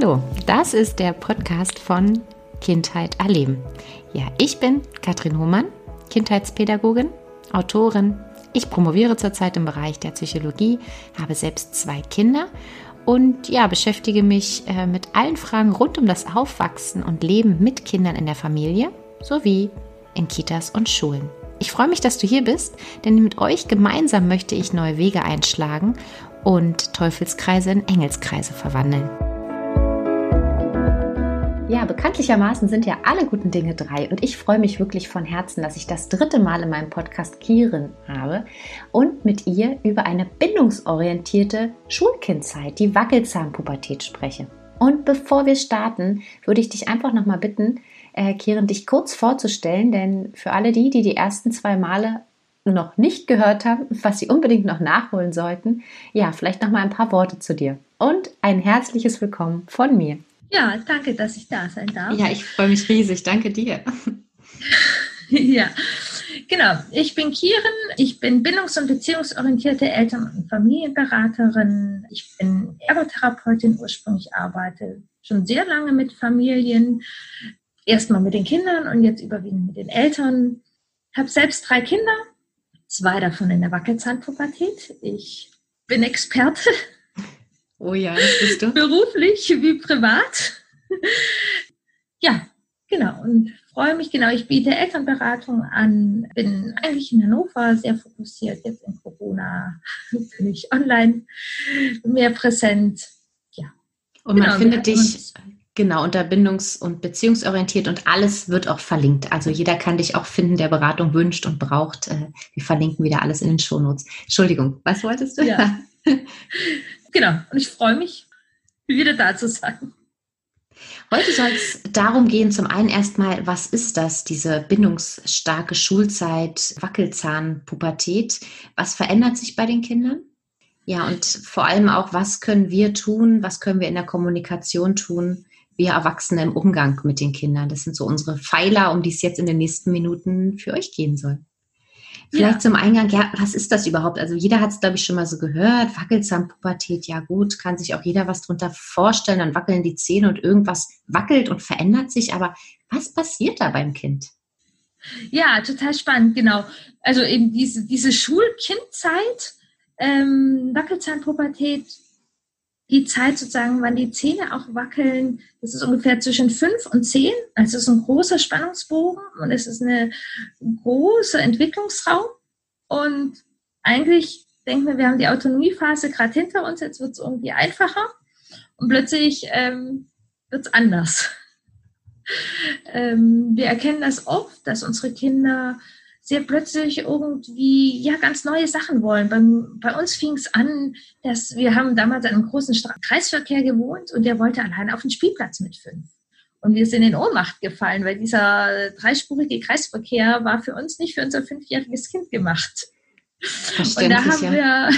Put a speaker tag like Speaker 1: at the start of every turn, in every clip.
Speaker 1: Hallo, das ist der Podcast von Kindheit erleben. Ja, ich bin Katrin Hohmann, Kindheitspädagogin, Autorin. Ich promoviere zurzeit im Bereich der Psychologie, habe selbst 2 Kinder und ja, beschäftige mich mit allen Fragen rund um das Aufwachsen und Leben mit Kindern in der Familie sowie in Kitas und Schulen. Ich freue mich, dass du hier bist, denn mit euch gemeinsam möchte ich neue Wege einschlagen und Teufelskreise in Engelskreise verwandeln. Ja, bekanntlichermaßen sind ja alle guten Dinge 3 und ich freue mich wirklich von Herzen, dass ich das 3. Mal in meinem Podcast Kieren habe und mit ihr über eine bindungsorientierte Schulkindzeit, die Wackelzahnpubertät spreche. Und bevor wir starten, würde ich dich einfach nochmal bitten, Kieren, dich kurz vorzustellen, denn für alle die ersten 2 Male noch nicht gehört haben, was sie unbedingt noch nachholen sollten, ja, vielleicht nochmal ein paar Worte zu dir und ein herzliches Willkommen von mir.
Speaker 2: Ja, danke, dass ich da sein darf.
Speaker 1: Ja, ich freue mich riesig. Danke dir.
Speaker 2: Ja, genau. Ich bin Kieren. Ich bin bindungs- und beziehungsorientierte Eltern- und Familienberaterin. Ich bin Ergotherapeutin ursprünglich, arbeite schon sehr lange mit Familien. Erstmal mit den Kindern und jetzt überwiegend mit den Eltern. Habe selbst 3 Kinder, 2 davon in der Wackelzahnpubertät. Ich bin Experte.
Speaker 1: Oh ja, das bist du.
Speaker 2: Beruflich wie privat. Ja, genau. Und freue mich, genau. Ich biete Elternberatung an. Bin eigentlich in Hannover sehr fokussiert. Jetzt in Corona bin ich online mehr präsent. Ja.
Speaker 1: Und man findet dich genau unter bindungs- und beziehungsorientiert und alles wird auch verlinkt. Also jeder kann dich auch finden, der Beratung wünscht und braucht. Wir verlinken wieder alles in den Shownotes. Entschuldigung, was wolltest du?
Speaker 2: Ja. Genau, und ich freue mich, wieder da zu sein.
Speaker 1: Heute soll es darum gehen, zum einen erstmal, was ist das, diese bindungsstarke Schulzeit, Wackelzahnpubertät? Was verändert sich bei den Kindern? Ja, und vor allem auch, was können wir tun, was können wir in der Kommunikation tun, wir Erwachsene im Umgang mit den Kindern? Das sind so unsere Pfeiler, um die es jetzt in den nächsten Minuten für euch gehen soll. Vielleicht zum Eingang, ja, was ist das überhaupt? Also jeder hat es, glaube ich, schon mal so gehört. Wackelzahnpubertät, ja gut, kann sich auch jeder was drunter vorstellen. Dann wackeln die Zähne und irgendwas wackelt und verändert sich. Aber was passiert da beim Kind?
Speaker 2: Ja, total spannend, genau. Also eben diese Schulkindzeit, Wackelzahnpubertät, die Zeit sozusagen, wann die Zähne auch wackeln, das ist ungefähr zwischen 5 und 10. Also es ist ein großer Spannungsbogen und es ist ein großer Entwicklungsraum. Und eigentlich denken wir haben die Autonomiephase gerade hinter uns, jetzt wird es irgendwie einfacher und plötzlich wird es anders. Wir erkennen das oft, dass unsere Kinder sehr plötzlich irgendwie ganz neue Sachen wollen. Bei uns fing es an, dass wir haben damals in einem großen Kreisverkehr gewohnt und der wollte allein auf den Spielplatz mit 5. Und wir sind in Ohnmacht gefallen, weil dieser 3-spurige Kreisverkehr war für uns nicht für unser 5-jähriges Kind gemacht. Und da haben wir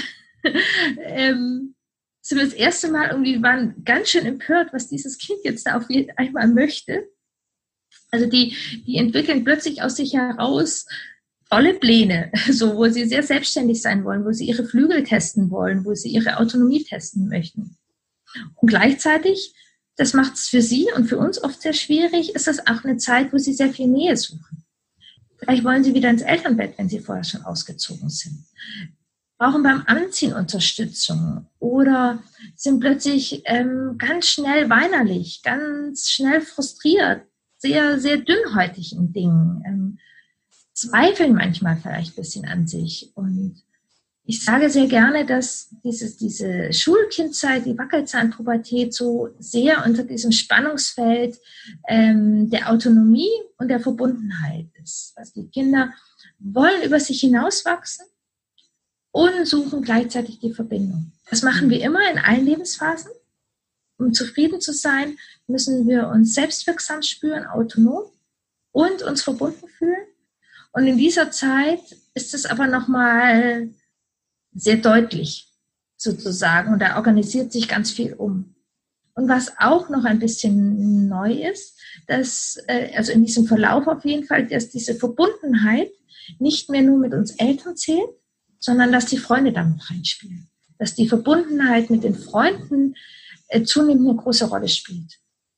Speaker 2: sind wir das erste Mal irgendwie waren ganz schön empört, was dieses Kind jetzt da auf einmal möchte. Also die entwickeln plötzlich aus sich heraus tolle Pläne, so, wo sie sehr selbstständig sein wollen, wo sie ihre Flügel testen wollen, wo sie ihre Autonomie testen möchten. Und gleichzeitig, das macht es für sie und für uns oft sehr schwierig, ist das auch eine Zeit, wo sie sehr viel Nähe suchen. Vielleicht wollen sie wieder ins Elternbett, wenn sie vorher schon ausgezogen sind. Brauchen beim Anziehen Unterstützung oder sind plötzlich ganz schnell weinerlich, ganz schnell frustriert, sehr, sehr dünnhäutig in Dingen, zweifeln manchmal vielleicht ein bisschen an sich. Und ich sage sehr gerne, dass diese Schulkindzeit, die Wackelzahnpubertät so sehr unter diesem Spannungsfeld der Autonomie und der Verbundenheit ist. Also die Kinder wollen über sich hinauswachsen und suchen gleichzeitig die Verbindung. Das machen wir immer in allen Lebensphasen. Um zufrieden zu sein, müssen wir uns selbstwirksam spüren, autonom und uns verbunden fühlen. Und in dieser Zeit ist es aber nochmal sehr deutlich sozusagen und da organisiert sich ganz viel um. Und was auch noch ein bisschen neu ist, dass, also in diesem Verlauf auf jeden Fall, dass diese Verbundenheit nicht mehr nur mit uns Eltern zählt, sondern dass die Freunde damit reinspielen. Dass die Verbundenheit mit den Freunden zunehmend eine große Rolle spielt.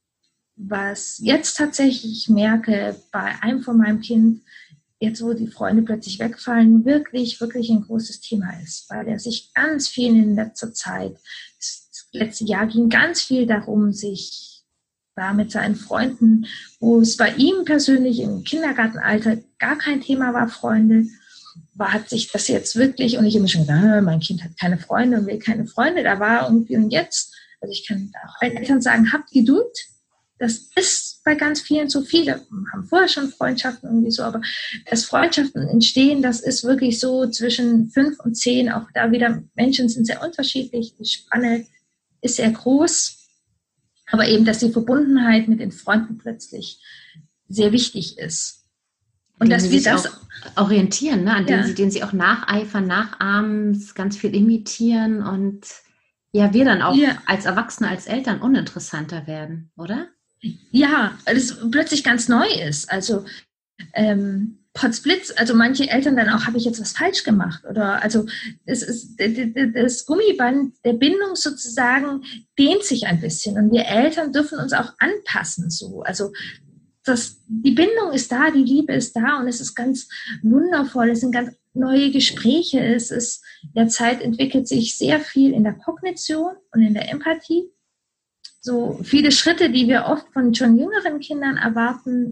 Speaker 2: Was jetzt tatsächlich ich merke bei einem von meinem Kind, jetzt wo die Freunde plötzlich wegfallen, wirklich, wirklich ein großes Thema ist, weil er sich ganz viel in letzter Zeit, das letzte Jahr ging ganz viel darum, sich da mit seinen Freunden, wo es bei ihm persönlich im Kindergartenalter gar kein Thema war, Freunde, hat sich das jetzt wirklich, und ich habe mir schon gedacht, mein Kind hat keine Freunde und will keine Freunde, da war irgendwie und jetzt, also ich kann auch allen Eltern sagen, habt Geduld, das ist bei ganz vielen so. Viele haben vorher schon Freundschaften irgendwie so, aber dass Freundschaften entstehen, das ist wirklich so zwischen 5 und 10, auch da wieder, Menschen sind sehr unterschiedlich, die Spanne ist sehr groß, aber eben, dass die Verbundenheit mit den Freunden plötzlich sehr wichtig ist.
Speaker 1: Und dass wir das auch orientieren, ne? An denen sie auch nacheifern, nachahmen, ganz viel imitieren und ja, wir dann auch als Erwachsene, als Eltern uninteressanter werden, oder?
Speaker 2: Ja, weil es plötzlich ganz neu ist. Also Potzblitz, also manche Eltern dann auch, habe ich jetzt was falsch gemacht? Oder also es ist das Gummiband der Bindung sozusagen dehnt sich ein bisschen und wir Eltern dürfen uns auch anpassen. So. Also die Bindung ist da, die Liebe ist da und es ist ganz wundervoll, es sind ganz neue Gespräche, es ist derzeit entwickelt sich sehr viel in der Kognition und in der Empathie. So viele Schritte, die wir oft von schon jüngeren Kindern erwarten,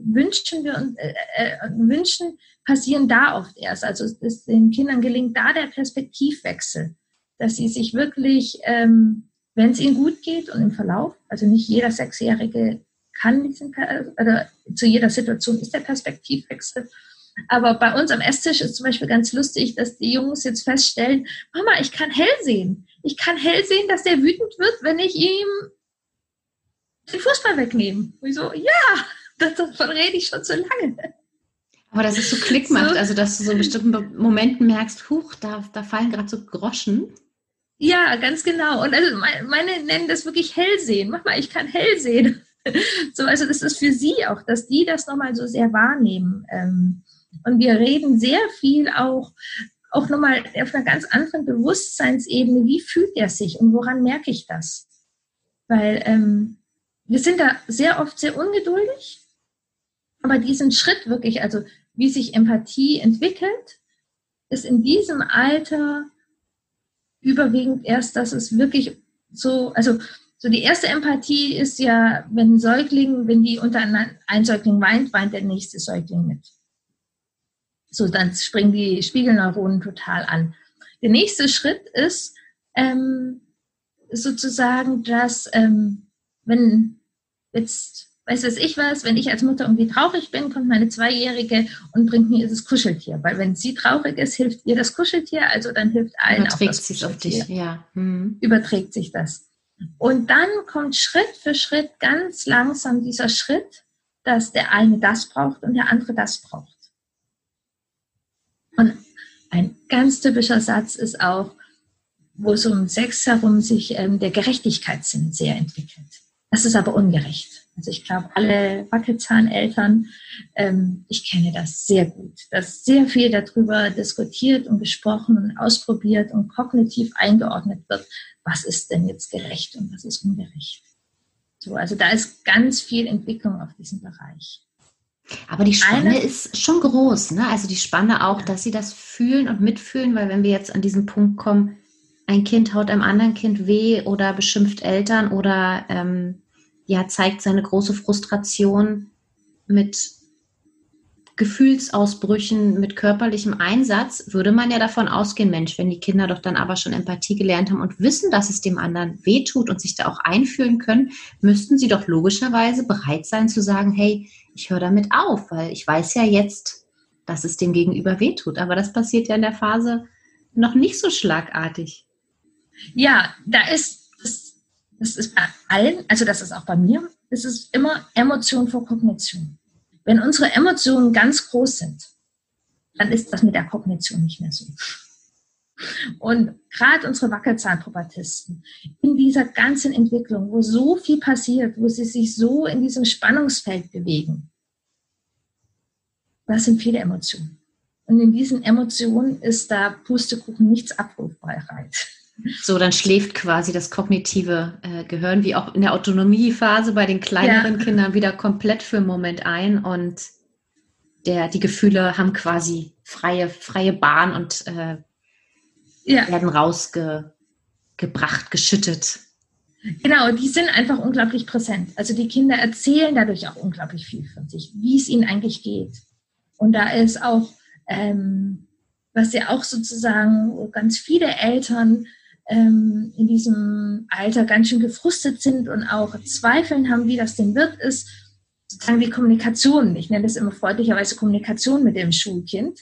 Speaker 2: wünschen, passieren da oft erst. Also den Kindern gelingt da der Perspektivwechsel, dass sie sich wirklich, wenn es ihnen gut geht und im Verlauf, also nicht jeder Sechsjährige kann oder zu jeder Situation ist der Perspektivwechsel. Aber bei uns am Esstisch ist zum Beispiel ganz lustig, dass die Jungs jetzt feststellen, Mama, ich kann hell sehen. Ich kann hell sehen, dass der wütend wird, wenn ich ihm den Fußball wegnehmen. Und ich so, ja, davon rede ich schon so lange.
Speaker 1: Aber dass es so Klick macht, also dass du so in bestimmten Momenten merkst, huch, da fallen gerade so Groschen.
Speaker 2: Ja, ganz genau. Und also meine nennen das wirklich Hellsehen. Mach mal, ich kann hell sehen. So, also das ist für sie auch, dass die das nochmal so sehr wahrnehmen. Und wir reden sehr viel auch nochmal auf einer ganz anderen Bewusstseinsebene, wie fühlt er sich und woran merke ich das? Weil wir sind da sehr oft sehr ungeduldig, aber diesen Schritt wirklich, also wie sich Empathie entwickelt, ist in diesem Alter überwiegend erst, dass es wirklich so, also so die erste Empathie ist ja, wenn die untereinander, ein Säugling weint, weint der nächste Säugling mit. So, dann springen die Spiegelneuronen total an. Der nächste Schritt ist sozusagen, dass wenn jetzt, weiß ich was, wenn ich als Mutter irgendwie traurig bin, kommt meine Zweijährige und bringt mir das Kuscheltier. Weil wenn sie traurig ist, hilft ihr das Kuscheltier, also dann hilft allen auch das Kuscheltier. Überträgt sich auf dich, ja. Überträgt sich das. Und dann kommt Schritt für Schritt ganz langsam dieser Schritt, dass der eine das braucht und der andere das braucht. Und ein ganz typischer Satz ist auch, wo so um 6 herum sich der Gerechtigkeitssinn sehr entwickelt. Das ist aber ungerecht. Also ich glaube, alle Wackelzahneltern, ich kenne das sehr gut, dass sehr viel darüber diskutiert und gesprochen und ausprobiert und kognitiv eingeordnet wird, was ist denn jetzt gerecht und was ist ungerecht. So, also da ist ganz viel Entwicklung auf diesem Bereich.
Speaker 1: Aber die Spanne ist schon groß, ne? Also die Spanne auch, dass sie das fühlen und mitfühlen, weil wenn wir jetzt an diesen Punkt kommen, ein Kind haut einem anderen Kind weh oder beschimpft Eltern oder zeigt seine große Frustration mit Gefühlsausbrüchen, mit körperlichem Einsatz, würde man ja davon ausgehen, Mensch, wenn die Kinder doch dann aber schon Empathie gelernt haben und wissen, dass es dem anderen wehtut und sich da auch einfühlen können, müssten sie doch logischerweise bereit sein zu sagen, hey, ich höre damit auf, weil ich weiß ja jetzt, dass es dem Gegenüber wehtut. Aber das passiert ja in der Phase noch nicht so schlagartig.
Speaker 2: Ja, das ist bei allen, also das ist auch bei mir, es ist immer Emotion vor Kognition. Wenn unsere Emotionen ganz groß sind, dann ist das mit der Kognition nicht mehr so. Und gerade unsere Wackelzahnpubertisten in dieser ganzen Entwicklung, wo so viel passiert, wo sie sich so in diesem Spannungsfeld bewegen, das sind viele Emotionen. Und in diesen Emotionen ist da Pustekuchen nichts abrufbereit.
Speaker 1: So, dann schläft quasi das kognitive Gehirn, wie auch in der Autonomiephase bei den kleineren Kindern, wieder komplett für einen Moment ein und die Gefühle haben quasi freie Bahn und werden rausgebracht, geschüttet.
Speaker 2: Genau, die sind einfach unglaublich präsent. Also die Kinder erzählen dadurch auch unglaublich viel von sich, wie es ihnen eigentlich geht. Und da ist auch, was ja auch sozusagen ganz viele Eltern in diesem Alter ganz schön gefrustet sind und auch Zweifeln haben, wie das denn wird, ist sozusagen die Kommunikation. Ich nenne das immer freundlicherweise Kommunikation mit dem Schulkind.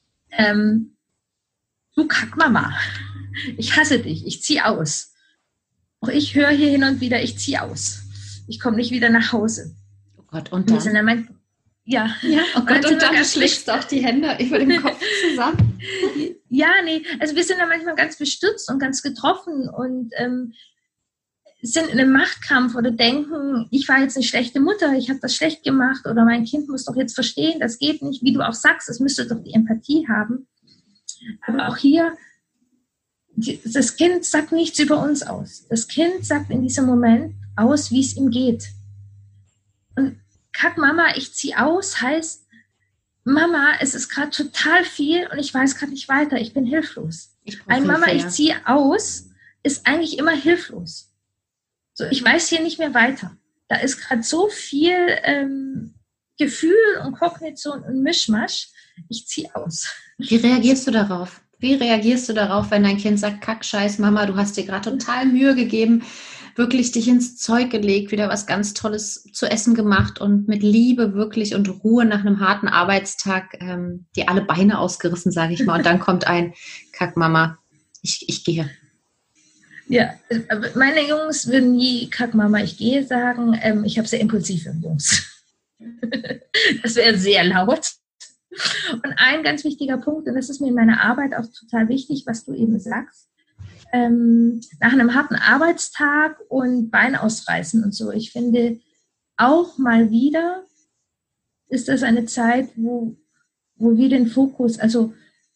Speaker 2: Du Kackmama, ich hasse dich, ich ziehe aus. Auch ich höre hier hin und wieder, ich ziehe aus. Ich komme nicht wieder nach Hause.
Speaker 1: Oh Gott, und dann?
Speaker 2: Ja,
Speaker 1: oh Gott, und dann schlägst du auch die Hände über den Kopf zusammen.
Speaker 2: Ja, nee, also wir sind da manchmal ganz bestürzt und ganz getroffen und sind in einem Machtkampf oder denken, ich war jetzt eine schlechte Mutter, ich habe das schlecht gemacht oder mein Kind muss doch jetzt verstehen, das geht nicht, wie du auch sagst, es müsste doch die Empathie haben. Aber auch hier, das Kind sagt nichts über uns aus. Das Kind sagt in diesem Moment aus, wie es ihm geht. Und Kack Mama, ich ziehe aus, heißt, Mama, es ist gerade total viel und ich weiß gerade nicht weiter, ich bin hilflos. Ein Mama, ich ziehe aus, ist eigentlich immer hilflos. So, ich weiß hier nicht mehr weiter. Da ist gerade so viel Gefühl und Kognition und Mischmasch, ich ziehe aus.
Speaker 1: Wie reagierst du darauf? Wie reagierst du darauf, wenn dein Kind sagt, Kack, Scheiß, Mama, du hast dir gerade total Mühe gegeben, wirklich dich ins Zeug gelegt, wieder was ganz Tolles zu essen gemacht und mit Liebe wirklich und Ruhe nach einem harten Arbeitstag dir alle Beine ausgerissen, sage ich mal. Und dann kommt ein, Kack, Mama, ich gehe.
Speaker 2: Ja, meine Jungs würden nie Kack, Mama, ich gehe sagen. Ich habe sehr impulsive Jungs. Das wäre sehr laut. Und ein ganz wichtiger Punkt, und das ist mir in meiner Arbeit auch total wichtig, was du eben sagst, nach einem harten Arbeitstag und Bein ausreißen und so. Ich finde, auch mal wieder ist das eine Zeit, wo wir den Fokus, also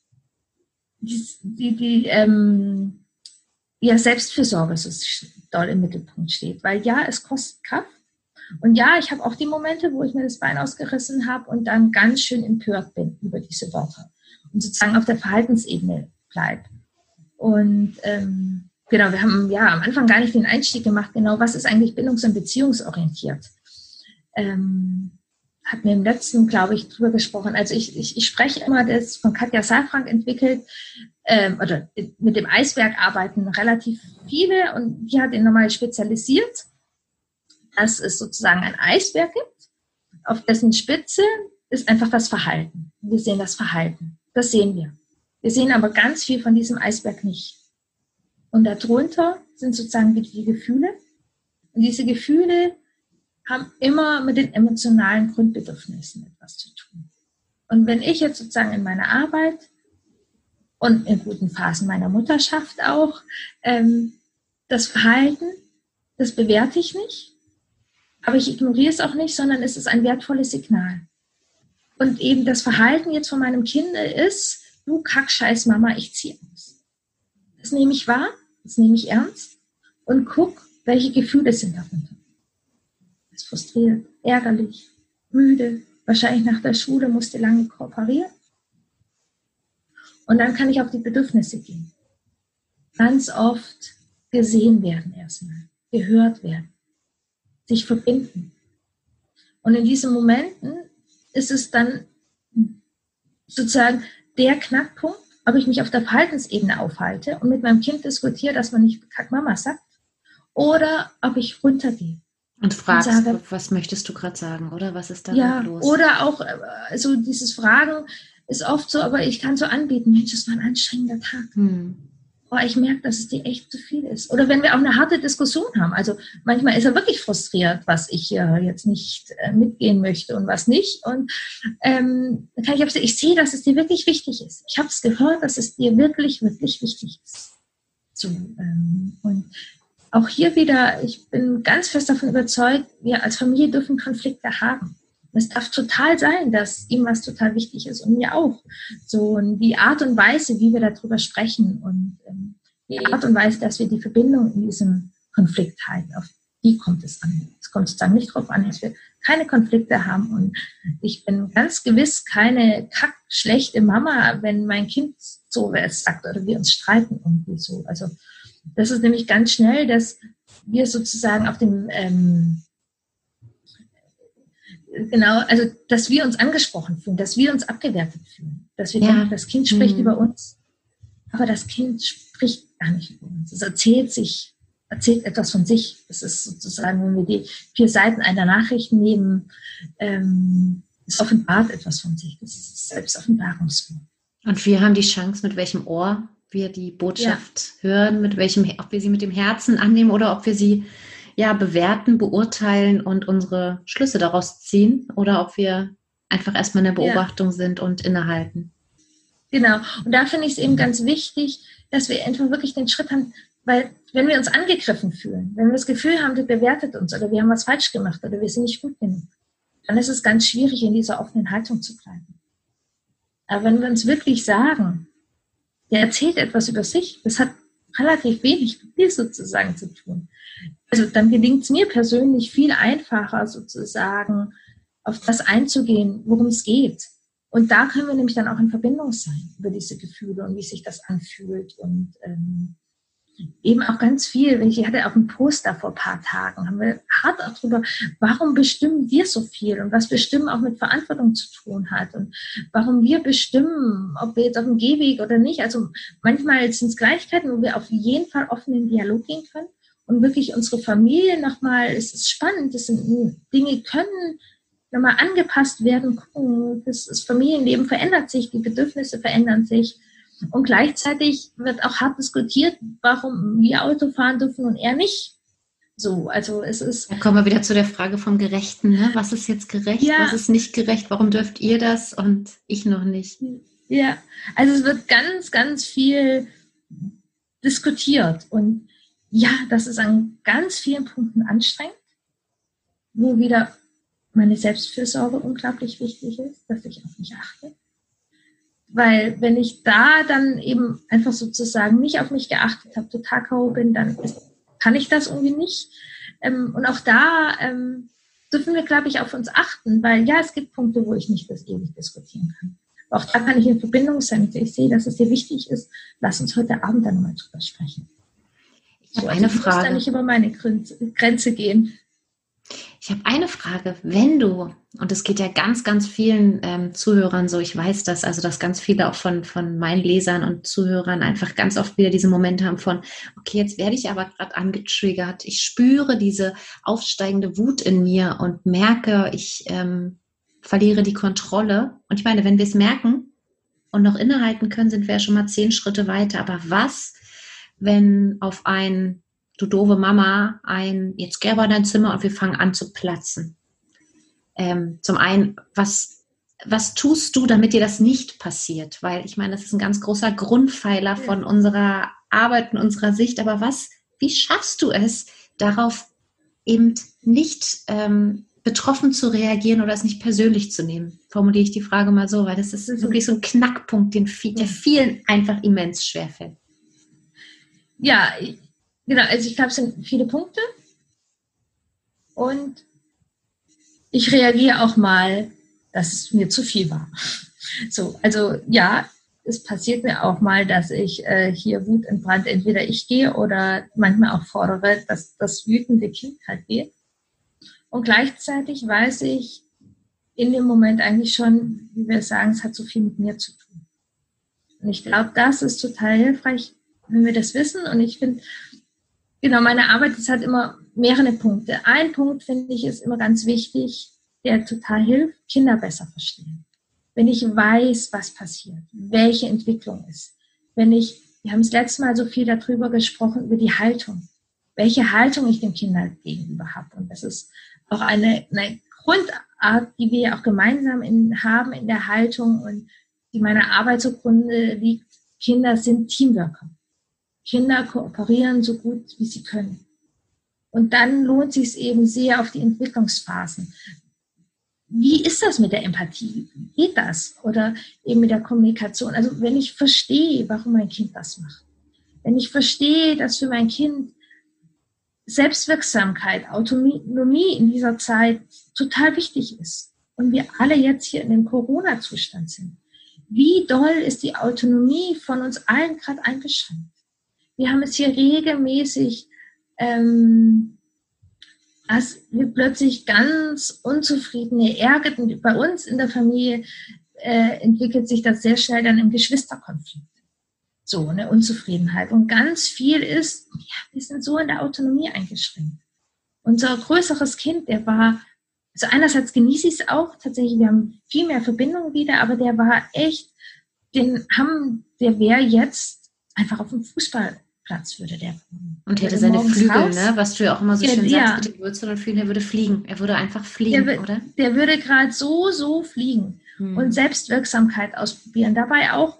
Speaker 2: Selbstfürsorge so doll im Mittelpunkt steht. Weil ja, es kostet Kraft. Und ja, ich habe auch die Momente, wo ich mir das Bein ausgerissen habe und dann ganz schön empört bin über diese Wörter und sozusagen auf der Verhaltensebene bleibe. Und genau, wir haben ja am Anfang gar nicht den Einstieg gemacht, genau, was ist eigentlich bindungs- und beziehungsorientiert? Hat mir im letzten, glaube ich, drüber gesprochen. Also ich spreche immer, das von Katja Saalfrank entwickelt, oder mit dem Eisberg arbeiten relativ viele und die hat ihn nochmal spezialisiert, dass es sozusagen ein Eisberg gibt, auf dessen Spitze ist einfach das Verhalten. Wir sehen das Verhalten. Das sehen wir. Wir sehen aber ganz viel von diesem Eisberg nicht. Und darunter sind sozusagen die Gefühle. Und diese Gefühle haben immer mit den emotionalen Grundbedürfnissen etwas zu tun. Und wenn ich jetzt sozusagen in meiner Arbeit und in guten Phasen meiner Mutterschaft auch das Verhalten, das bewerte ich nicht, aber ich ignoriere es auch nicht, sondern es ist ein wertvolles Signal. Und eben das Verhalten jetzt von meinem Kind ist, du Kackscheiß Mama, ich ziehe aus. Das nehme ich wahr, das nehme ich ernst und guck, welche Gefühle sind darunter. Das ist frustriert, ärgerlich, müde, wahrscheinlich nach der Schule musste lange kooperieren. Und dann kann ich auf die Bedürfnisse gehen. Ganz oft gesehen werden erstmal, gehört werden, sich verbinden. Und in diesen Momenten ist es dann sozusagen der Knackpunkt, ob ich mich auf der Verhaltensebene aufhalte und mit meinem Kind diskutiere, dass man nicht Kack Mama sagt, oder ob ich runtergehe.
Speaker 1: Und fragst, und sage, was möchtest du gerade sagen, oder? Was ist da los?
Speaker 2: Oder auch, also dieses Fragen ist oft so, aber ich kann so anbieten, Mensch, das war ein anstrengender Tag. Ich merke, dass es dir echt zu viel ist. Oder wenn wir auch eine harte Diskussion haben. Also manchmal ist er wirklich frustriert, was ich jetzt nicht mitgehen möchte und was nicht. Und dann kann ich auch sagen, ich sehe, dass es dir wirklich wichtig ist. Ich habe es gehört, dass es dir wirklich, wirklich wichtig ist. So, und auch hier wieder, ich bin ganz fest davon überzeugt, wir als Familie dürfen Konflikte haben. Es darf total sein, dass ihm was total wichtig ist und mir auch. So, und die Art und Weise, wie wir darüber sprechen und die Art und Weise, dass wir die Verbindung in diesem Konflikt halten, auf die kommt es an. Es kommt sozusagen nicht darauf an, dass wir keine Konflikte haben. Und ich bin ganz gewiss keine schlechte Mama, wenn mein Kind so was sagt oder wir uns streiten irgendwie so. Also das ist nämlich ganz schnell, dass wir sozusagen auf dem also dass wir uns angesprochen fühlen, dass wir uns abgewertet fühlen, dass wir denken, das Kind spricht über uns, aber das Kind spricht gar nicht über uns. Es erzählt etwas von sich. Das ist sozusagen, wenn wir die 4 Seiten einer Nachricht nehmen, es offenbart etwas von sich. Das ist Selbstoffenbarungswort.
Speaker 1: Und wir haben die Chance, mit welchem Ohr wir die Botschaft hören, ob wir sie mit dem Herzen annehmen oder ob wir sie bewerten, beurteilen und unsere Schlüsse daraus ziehen oder ob wir einfach erstmal in der Beobachtung sind und innehalten.
Speaker 2: Genau. Und da finde ich es eben ganz wichtig, dass wir einfach wirklich den Schritt haben, weil wenn wir uns angegriffen fühlen, wenn wir das Gefühl haben, der bewertet uns oder wir haben was falsch gemacht oder wir sind nicht gut genug, dann ist es ganz schwierig, in dieser offenen Haltung zu bleiben. Aber wenn wir uns wirklich sagen, der erzählt etwas über sich, das hat relativ wenig mit mir sozusagen zu tun. Also dann gelingt es mir persönlich viel einfacher sozusagen auf das einzugehen, worum es geht. Und da können wir nämlich dann auch in Verbindung sein über diese Gefühle und wie sich das anfühlt und eben auch ganz viel. Ich hatte auch einen Poster vor ein paar Tagen, haben wir hart auch darüber, warum bestimmen wir so viel und was Bestimmen auch mit Verantwortung zu tun hat und warum wir bestimmen, ob wir jetzt auf dem Gehweg oder nicht. Also manchmal sind es Gleichheiten, wo wir auf jeden Fall offen in den Dialog gehen können und wirklich unsere Familie nochmal, es ist spannend, das sind Dinge können nochmal angepasst werden, gucken, das Familienleben verändert sich, die Bedürfnisse verändern sich. Und gleichzeitig wird auch hart diskutiert, warum wir Auto fahren dürfen und er nicht. So, also es ist.
Speaker 1: Da kommen wir wieder zu der Frage vom Gerechten, ne? Was ist jetzt gerecht, was ist nicht gerecht, warum dürft ihr das und ich noch nicht?
Speaker 2: Ja, also es wird ganz, ganz viel diskutiert und das ist an ganz vielen Punkten anstrengend, wo wieder meine Selbstfürsorge unglaublich wichtig ist, dass ich auf mich achte. Weil wenn ich da dann eben einfach sozusagen nicht auf mich geachtet habe, total K.O. bin, dann kann ich das irgendwie nicht. Und auch da dürfen wir, glaube ich, auf uns achten, weil es gibt Punkte, wo ich nicht das ewig diskutieren kann. Aber auch da kann ich in Verbindung sein. Ich sehe, dass es dir wichtig ist. Lass uns heute Abend dann nochmal drüber sprechen.
Speaker 1: Ich habe eine Frage.
Speaker 2: Ich muss da nicht über meine Grenze gehen.
Speaker 1: Ich habe eine Frage, wenn du, und es geht ja ganz, ganz vielen Zuhörern so, ich weiß das, also dass ganz viele auch von meinen Lesern und Zuhörern einfach ganz oft wieder diese Momente haben von, okay, jetzt werde ich aber gerade angetriggert, ich spüre diese aufsteigende Wut in mir und merke, ich verliere die Kontrolle. Und ich meine, wenn wir es merken und noch innehalten können, sind wir ja schon mal 10 Schritte weiter. Aber was, wenn auf ein du doofe Mama, jetzt geh aber in dein Zimmer und wir fangen an zu platzen. Zum einen, was tust du, damit dir das nicht passiert? Weil ich meine, das ist ein ganz großer Grundpfeiler von unserer Arbeit und unserer Sicht. Aber wie schaffst du es, darauf eben nicht betroffen zu reagieren oder es nicht persönlich zu nehmen? Formuliere ich die Frage mal so, weil das ist wirklich so ein Knackpunkt, der vielen einfach immens schwerfällt.
Speaker 2: Ja, genau, also ich glaube, es sind viele Punkte und ich reagiere auch mal, dass es mir zu viel war. So, also es passiert mir auch mal, dass ich hier wutentbrannt entweder ich gehe oder manchmal auch fordere, dass das wütende Kind halt geht. Und gleichzeitig weiß ich in dem Moment eigentlich schon, wie wir sagen, es hat so viel mit mir zu tun. Und ich glaube, das ist total hilfreich, wenn wir das wissen. Und ich finde, genau, meine Arbeit ist halt immer mehrere Punkte. Ein Punkt, finde ich, ist immer ganz wichtig, der total hilft, Kinder besser verstehen. Wenn ich weiß, was passiert, welche Entwicklung ist. Wir haben das letzte Mal so viel darüber gesprochen, über die Haltung. Welche Haltung ich dem Kind halt gegenüber habe. Und das ist auch eine Grundart, die wir ja auch gemeinsam haben in der Haltung und die meiner Arbeit zugrunde liegt. Kinder sind Teamworker. Kinder kooperieren so gut, wie sie können. Und dann lohnt es sich eben sehr auf die Entwicklungsphasen. Wie ist das mit der Empathie? Geht das? Oder eben mit der Kommunikation? Also wenn ich verstehe, warum mein Kind das macht. Wenn ich verstehe, dass für mein Kind Selbstwirksamkeit, Autonomie in dieser Zeit total wichtig ist und wir alle jetzt hier in dem Corona-Zustand sind, wie doll ist die Autonomie von uns allen gerade eingeschränkt? Wir haben es hier regelmäßig, dass wir plötzlich ganz unzufriedene, ärgerten, bei uns in der Familie entwickelt sich das sehr schnell dann im Geschwisterkonflikt. So, eine Unzufriedenheit. Und ganz viel ist, ja, wir sind so in der Autonomie eingeschränkt. Unser größeres Kind, der war, also einerseits genieße ich es auch, tatsächlich, wir haben viel mehr Verbindung wieder, aber der war echt, der wäre jetzt einfach auf dem Fußballplatz, würde der.
Speaker 1: Und hätte seine Flügel, ne? Was du ja auch immer so schön sagst, mit den Wurzeln und Flügeln, er würde fliegen. Er würde einfach fliegen, oder?
Speaker 2: Der würde gerade so fliegen und Selbstwirksamkeit ausprobieren. Dabei auch,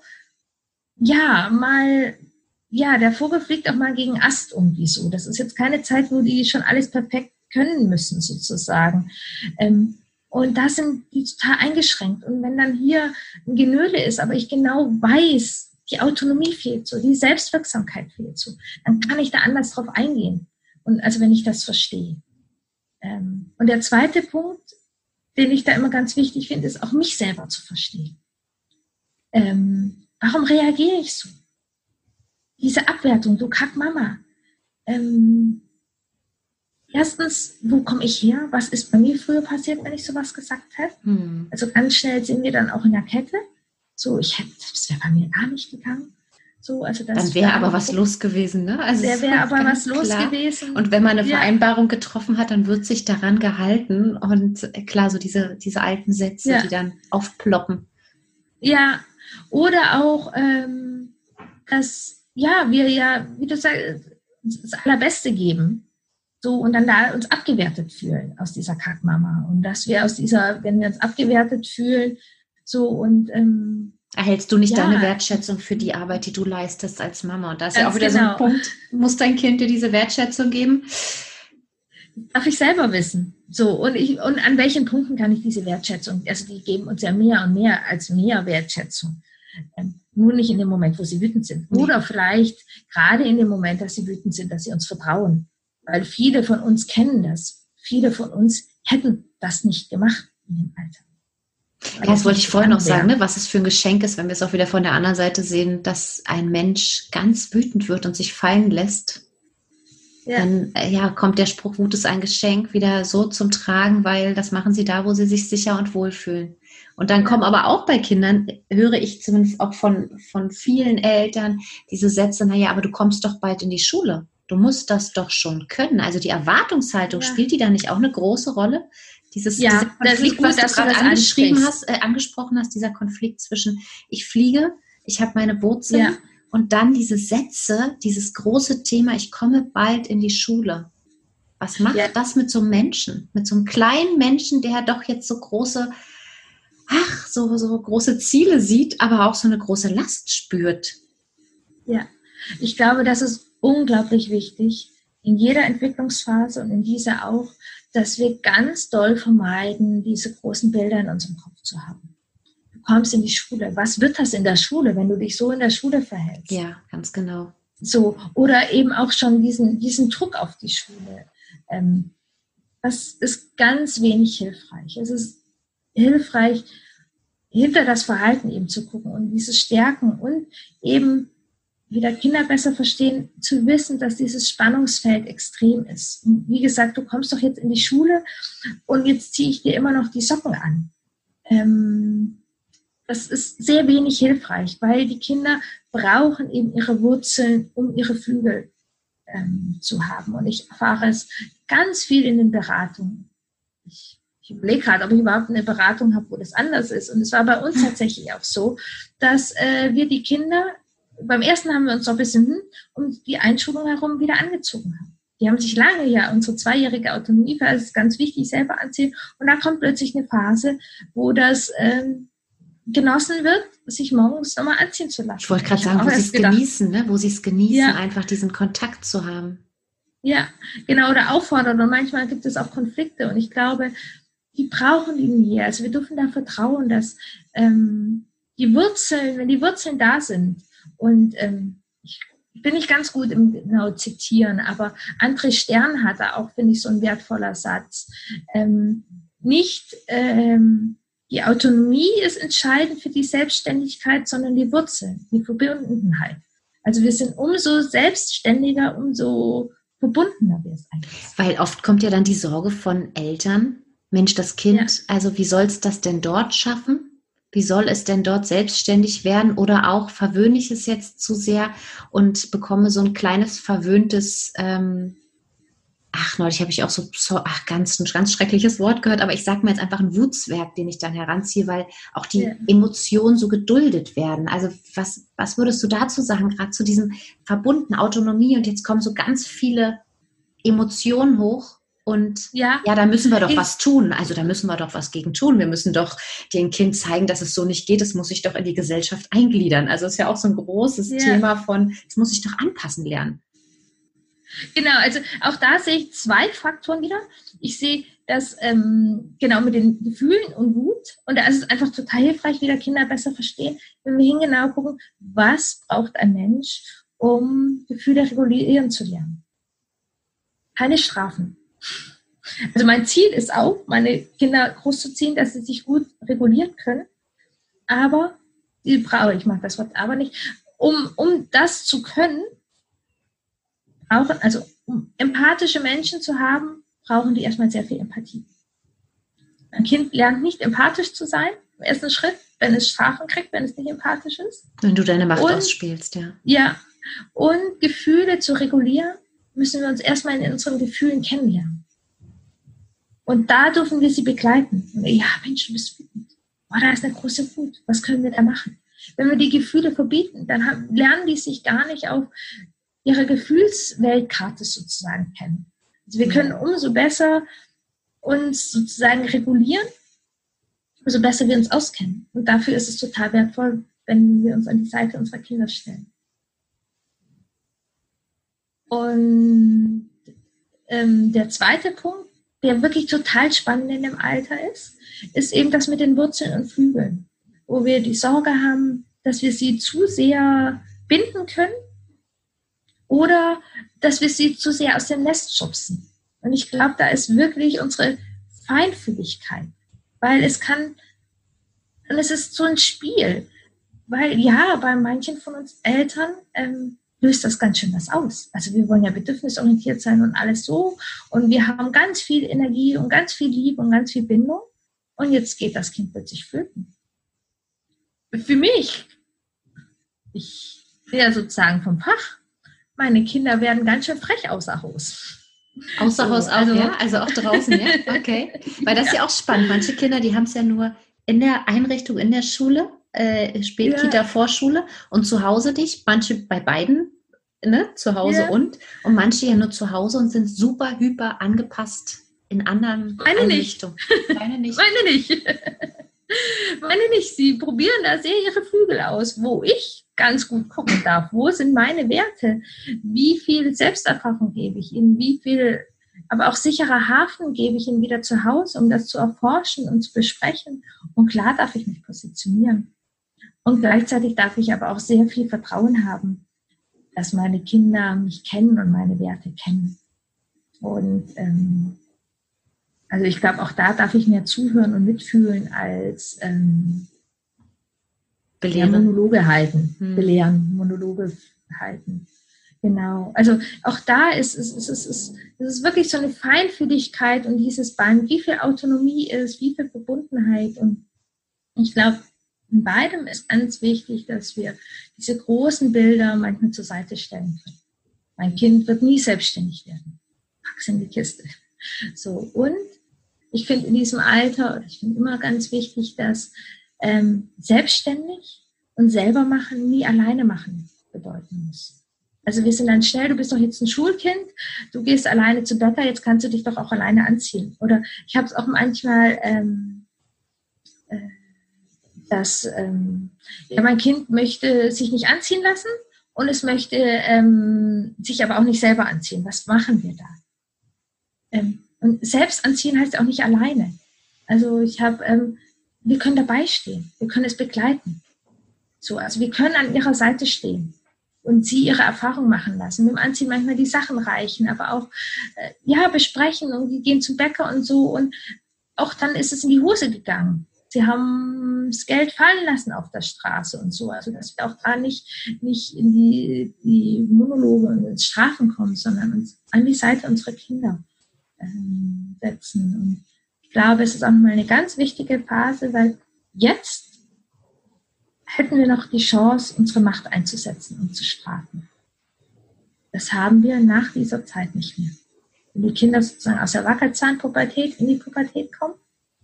Speaker 2: der Vogel fliegt auch mal gegen Ast irgendwie so. Das ist jetzt keine Zeit, wo die schon alles perfekt können müssen, sozusagen. Und da sind die total eingeschränkt. Und wenn dann hier ein Genöle ist, aber ich genau weiß, die Autonomie fehlt so, die Selbstwirksamkeit fehlt so, dann kann ich da anders drauf eingehen. Und also wenn ich das verstehe. Und der zweite Punkt, den ich da immer ganz wichtig finde, ist auch mich selber zu verstehen. Warum reagiere ich so? Diese Abwertung, du Kackmama. Erstens, wo komme ich her? Was ist bei mir früher passiert, wenn ich sowas gesagt hätte? Also ganz schnell sind wir dann auch in der Kette. So, das wäre bei mir gar nicht gegangen. So, also das
Speaker 1: dann wäre aber was los gewesen, ne? Also
Speaker 2: der wäre aber was los gewesen.
Speaker 1: Und wenn man eine Vereinbarung getroffen hat, dann wird sich daran gehalten. Und klar, so diese alten Sätze, die dann aufploppen.
Speaker 2: Ja, oder auch, dass wir ja, wie du sagst, das Allerbeste geben. So, und dann da uns abgewertet fühlen aus dieser Kackmama. Und dass wir wenn wir uns abgewertet fühlen, so und
Speaker 1: erhältst du nicht deine Wertschätzung für die Arbeit, die du leistest als Mama? Und da ist ja auch wieder so ein Punkt, muss dein Kind dir diese Wertschätzung geben?
Speaker 2: Darf ich selber wissen. So, und an welchen Punkten kann ich diese Wertschätzung, also die geben uns ja mehr und mehr als mehr Wertschätzung. Nur nicht in dem Moment, wo sie wütend sind. Oder vielleicht gerade in dem Moment, dass sie wütend sind, dass sie uns vertrauen. Weil viele von uns kennen das. Viele von uns hätten das nicht gemacht in dem Alter.
Speaker 1: Ja, das wollte ich vorhin noch sagen, ne? Was es für ein Geschenk ist, wenn wir es auch wieder von der anderen Seite sehen, dass ein Mensch ganz wütend wird und sich fallen lässt. Ja. Dann kommt der Spruch, Wut ist ein Geschenk, wieder so zum Tragen, weil das machen sie da, wo sie sich sicher und wohl fühlen. Und dann kommen aber auch bei Kindern, höre ich zumindest auch von vielen Eltern, diese Sätze, aber du kommst doch bald in die Schule. Du musst das doch schon können. Also die Erwartungshaltung, spielt die da nicht auch eine große Rolle? Dieser Konflikt, was du gerade angesprochen hast, dieser Konflikt zwischen ich fliege, ich habe meine Wurzeln und dann diese Sätze, dieses große Thema, ich komme bald in die Schule. Was macht das mit so einem Menschen, mit so einem kleinen Menschen, der doch jetzt so große Ziele sieht, aber auch so eine große Last spürt?
Speaker 2: Ja, ich glaube, das ist unglaublich wichtig, in jeder Entwicklungsphase und in dieser auch, dass wir ganz doll vermeiden, diese großen Bilder in unserem Kopf zu haben. Du kommst in die Schule. Was wird das in der Schule, wenn du dich so in der Schule verhältst?
Speaker 1: Ja, ganz genau.
Speaker 2: So, oder eben auch schon diesen Druck auf die Schule. Das ist ganz wenig hilfreich. Es ist hilfreich, hinter das Verhalten eben zu gucken und dieses Stärken und eben wieder Kinder besser verstehen, zu wissen, dass dieses Spannungsfeld extrem ist. Und wie gesagt, du kommst doch jetzt in die Schule und jetzt ziehe ich dir immer noch die Socken an. Das ist sehr wenig hilfreich, weil die Kinder brauchen eben ihre Wurzeln, um ihre Flügel zu haben. Und ich erfahre es ganz viel in den Beratungen. Ich überlege gerade, ob ich überhaupt eine Beratung habe, wo das anders ist. Und es war bei uns tatsächlich auch so, dass wir die Kinder beim ersten haben wir uns so ein bisschen um die Einschulung herum wieder angezogen haben. Die haben sich lange unsere 2-jährige Autonomiephase ist ganz wichtig, selber anziehen. Und dann kommt plötzlich eine Phase, wo das genossen wird, sich morgens nochmal anziehen zu lassen.
Speaker 1: Ich wollte gerade sagen, wo sie es genießen, ne? Wo sie es genießen, einfach diesen Kontakt zu haben.
Speaker 2: Ja, genau, oder auffordern. Und manchmal gibt es auch Konflikte. Und ich glaube, die brauchen die nie. Also wir dürfen da vertrauen, dass wenn die Wurzeln da sind, und bin ich ganz gut im genau Zitieren, aber André Stern hat da auch, finde ich, so ein wertvoller Satz. Nicht die Autonomie ist entscheidend für die Selbstständigkeit, sondern die Wurzel, die Verbundenheit. Also wir sind umso selbstständiger, umso verbundener wir es eigentlich.
Speaker 1: Weil oft kommt ja dann die Sorge von Eltern, Mensch, das Kind, also wie soll es das denn dort schaffen? Wie soll es denn dort selbstständig werden? Oder auch verwöhne ich es jetzt zu sehr und bekomme so ein kleines verwöhntes, neulich habe ich auch ein ganz schreckliches Wort gehört, aber ich sage mir jetzt einfach ein Wutzwerg, den ich dann heranziehe, weil auch die Emotionen so geduldet werden. Also was würdest du dazu sagen, gerade zu diesem verbundenen Autonomie, und jetzt kommen so ganz viele Emotionen hoch. Und da müssen wir doch was tun. Also da müssen wir doch was gegen tun. Wir müssen doch dem Kind zeigen, dass es so nicht geht. Es muss sich doch in die Gesellschaft eingliedern. Also es ist ja auch so ein großes Thema von, es muss sich doch anpassen lernen.
Speaker 2: Genau, also auch da sehe ich 2 Faktoren wieder. Ich sehe das genau mit den Gefühlen und Wut. Und da ist es einfach total hilfreich, wieder Kinder besser verstehen, wenn wir genau gucken, was braucht ein Mensch, um Gefühle regulieren zu lernen. Keine Strafen. Also mein Ziel ist auch, meine Kinder großzuziehen, dass sie sich gut regulieren können. Aber ich mag das Wort aber nicht, um das zu können, um empathische Menschen zu haben, brauchen die erstmal sehr viel Empathie. Ein Kind lernt nicht empathisch zu sein, im ersten Schritt, wenn es Strafen kriegt, wenn es nicht empathisch ist.
Speaker 1: Wenn du deine Macht ausspielst, ja.
Speaker 2: Ja, und Gefühle zu regulieren, müssen wir uns erstmal in unseren Gefühlen kennenlernen. Und da dürfen wir sie begleiten. Und ja, Mensch, du bist wütend. Oh, da ist eine große Wut. Was können wir da machen? Wenn wir die Gefühle verbieten, dann lernen die sich gar nicht auf ihre Gefühlsweltkarte sozusagen kennen. Also wir können umso besser uns sozusagen regulieren, umso besser wir uns auskennen. Und dafür ist es total wertvoll, wenn wir uns an die Seite unserer Kinder stellen. Und der zweite Punkt, der wirklich total spannend in dem Alter ist eben das mit den Wurzeln und Flügeln, wo wir die Sorge haben, dass wir sie zu sehr binden können oder dass wir sie zu sehr aus dem Nest schubsen. Und ich glaube, da ist wirklich unsere Feinfühligkeit, weil es ist so ein Spiel, weil bei manchen von uns Eltern löst das ganz schön was aus. Also wir wollen ja bedürfnisorientiert sein und alles so. Und wir haben ganz viel Energie und ganz viel Liebe und ganz viel Bindung. Und jetzt geht das Kind plötzlich flöten. Für mich, ich bin ja sozusagen vom Fach, meine Kinder werden ganz schön frech außer Haus.
Speaker 1: Außer Haus auch, ja? Also auch draußen, ja? Okay. Weil das ist ja auch spannend. Manche Kinder, die haben es ja nur in der Einrichtung, in der Schule, Spätkita, Vorschule und zu Hause dich, manche bei beiden, ne, zu Hause und manche ja nur zu Hause und sind super hyper angepasst in anderen Einrichtungen.
Speaker 2: Meine nicht. Meine nicht. Sie probieren da sehr ihre Flügel aus, wo ich ganz gut gucken darf. Wo sind meine Werte? Wie viel Selbsterfahrung gebe ich ihnen? Wie viel, aber auch sicherer Hafen gebe ich ihnen wieder zu Hause, um das zu erforschen und zu besprechen. Und klar darf ich mich positionieren. Und gleichzeitig darf ich aber auch sehr viel Vertrauen haben, dass meine Kinder mich kennen und meine Werte kennen. Und also ich glaube, auch da darf ich mehr zuhören und mitfühlen als Monologe halten. Belehren, Monologe halten. Genau. Also auch da ist es wirklich so eine Feinfühligkeit und dieses Band, wie viel Autonomie ist, wie viel Verbundenheit. Und ich glaube, in beidem ist ganz wichtig, dass wir diese großen Bilder manchmal zur Seite stellen können. Mein Kind wird nie selbstständig werden. Pack's in die Kiste. So, und ich finde in diesem Alter, ich finde immer ganz wichtig, dass selbstständig und selber machen nie alleine machen bedeuten muss. Also wir sind dann schnell, du bist doch jetzt ein Schulkind, du gehst alleine zu Bäcker, jetzt kannst du dich doch auch alleine anziehen. Oder ich habe es auch manchmal, dass mein Kind möchte sich nicht anziehen lassen und es möchte sich aber auch nicht selber anziehen. Was machen wir da? Und selbst anziehen heißt auch nicht alleine. Also wir können dabei stehen, wir können es begleiten. So, also wir können an ihrer Seite stehen. und sie ihre Erfahrung machen lassen. Mit dem Anziehen manchmal die Sachen reichen, aber auch besprechen und die gehen zum Bäcker und so. Und auch dann ist es in die Hose gegangen. Sie haben das Geld fallen lassen auf der Straße und so. Also dass wir auch da nicht in die Monologe und ins Strafen kommen, sondern uns an die Seite unserer Kinder setzen. Und ich glaube, es ist auch mal eine ganz wichtige Phase, weil jetzt hätten wir noch die Chance, unsere Macht einzusetzen und zu strafen. Das haben wir nach dieser Zeit nicht mehr. Wenn die Kinder sozusagen aus der Wackelzahnpubertät in die Pubertät kommen,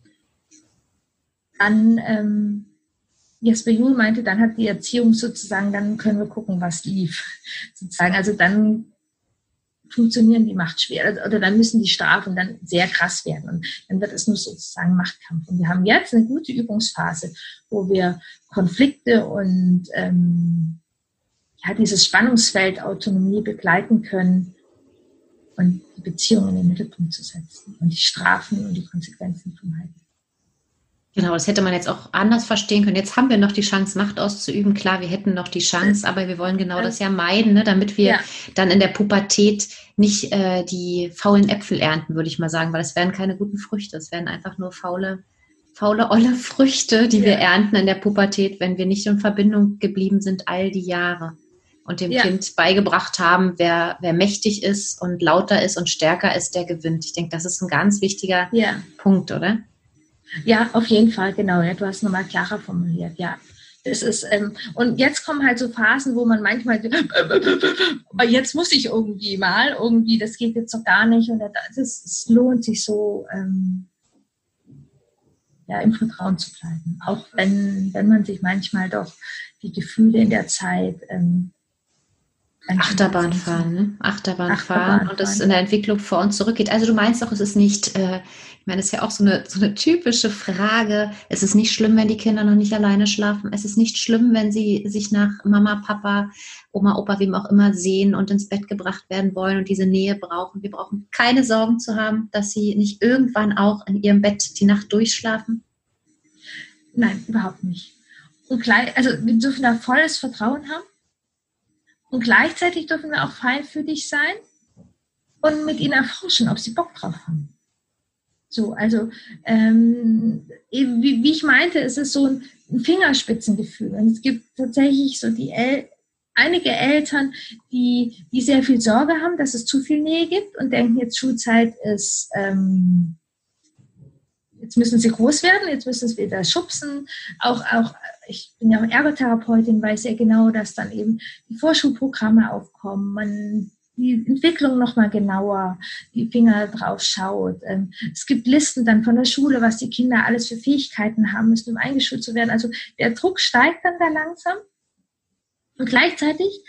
Speaker 2: dann, Jesper Juhl meinte, dann hat die Erziehung sozusagen, dann können wir gucken, was lief. Sozusagen. Also dann funktionieren die Machtschwer oder dann müssen die Strafen dann sehr krass werden und dann wird es nur sozusagen Machtkampf. Und wir haben jetzt eine gute Übungsphase, wo wir Konflikte und dieses Spannungsfeld Autonomie begleiten können und die Beziehungen in den Mittelpunkt zu setzen und die Strafen und die Konsequenzen vermeiden.
Speaker 1: Genau, das hätte man jetzt auch anders verstehen können. Jetzt haben wir noch die Chance, Macht auszuüben. Klar, wir hätten noch die Chance, aber wir wollen genau das ja meiden, ne? Damit wir dann in der Pubertät nicht die faulen Äpfel ernten, würde ich mal sagen, weil es wären keine guten Früchte. Es wären einfach nur faule, olle Früchte, die wir ernten in der Pubertät, wenn wir nicht in Verbindung geblieben sind all die Jahre und dem Kind beigebracht haben, wer mächtig ist und lauter ist und stärker ist, der gewinnt. Ich denke, das ist ein ganz wichtiger Punkt, oder?
Speaker 2: Ja, auf jeden Fall, genau. Ja, du hast es nochmal klarer formuliert, ja. Das ist, und jetzt kommen halt so Phasen, wo man manchmal, jetzt muss ich irgendwie, das geht jetzt doch gar nicht. Und es lohnt sich so, im Vertrauen zu bleiben. Auch wenn man sich manchmal doch die Gefühle in der Zeit
Speaker 1: Achterbahn fahren, ne? Achterbahn fahren und es in der Entwicklung vor und zurück geht. Also du meinst doch, es ist nicht, ich meine, das ist ja auch so eine typische Frage. Es ist nicht schlimm, wenn die Kinder noch nicht alleine schlafen. Es ist nicht schlimm, wenn sie sich nach Mama, Papa, Oma, Opa, wem auch immer sehen und ins Bett gebracht werden wollen und diese Nähe brauchen. Wir brauchen keine Sorgen zu haben, dass sie nicht irgendwann auch in ihrem Bett die Nacht durchschlafen.
Speaker 2: Nein, überhaupt nicht. Und also wir dürfen da volles Vertrauen haben. Und gleichzeitig dürfen wir auch feinfühlig sein und mit ihnen erforschen, ob sie Bock drauf haben. So, also wie ich meinte, es ist so ein Fingerspitzengefühl. Und es gibt tatsächlich so einige Eltern, die sehr viel Sorge haben, dass es zu viel Nähe gibt und denken, jetzt Schulzeit ist, jetzt müssen sie groß werden, jetzt müssen sie wieder schubsen. Auch ich bin ja auch Ergotherapeutin, weiß ja genau, dass dann eben die Vorschulprogramme aufkommen, man die Entwicklung nochmal genauer die Finger drauf schaut. Es gibt Listen dann von der Schule, was die Kinder alles für Fähigkeiten haben müssen, um eingeschult zu werden. Also der Druck steigt dann da langsam. Und gleichzeitig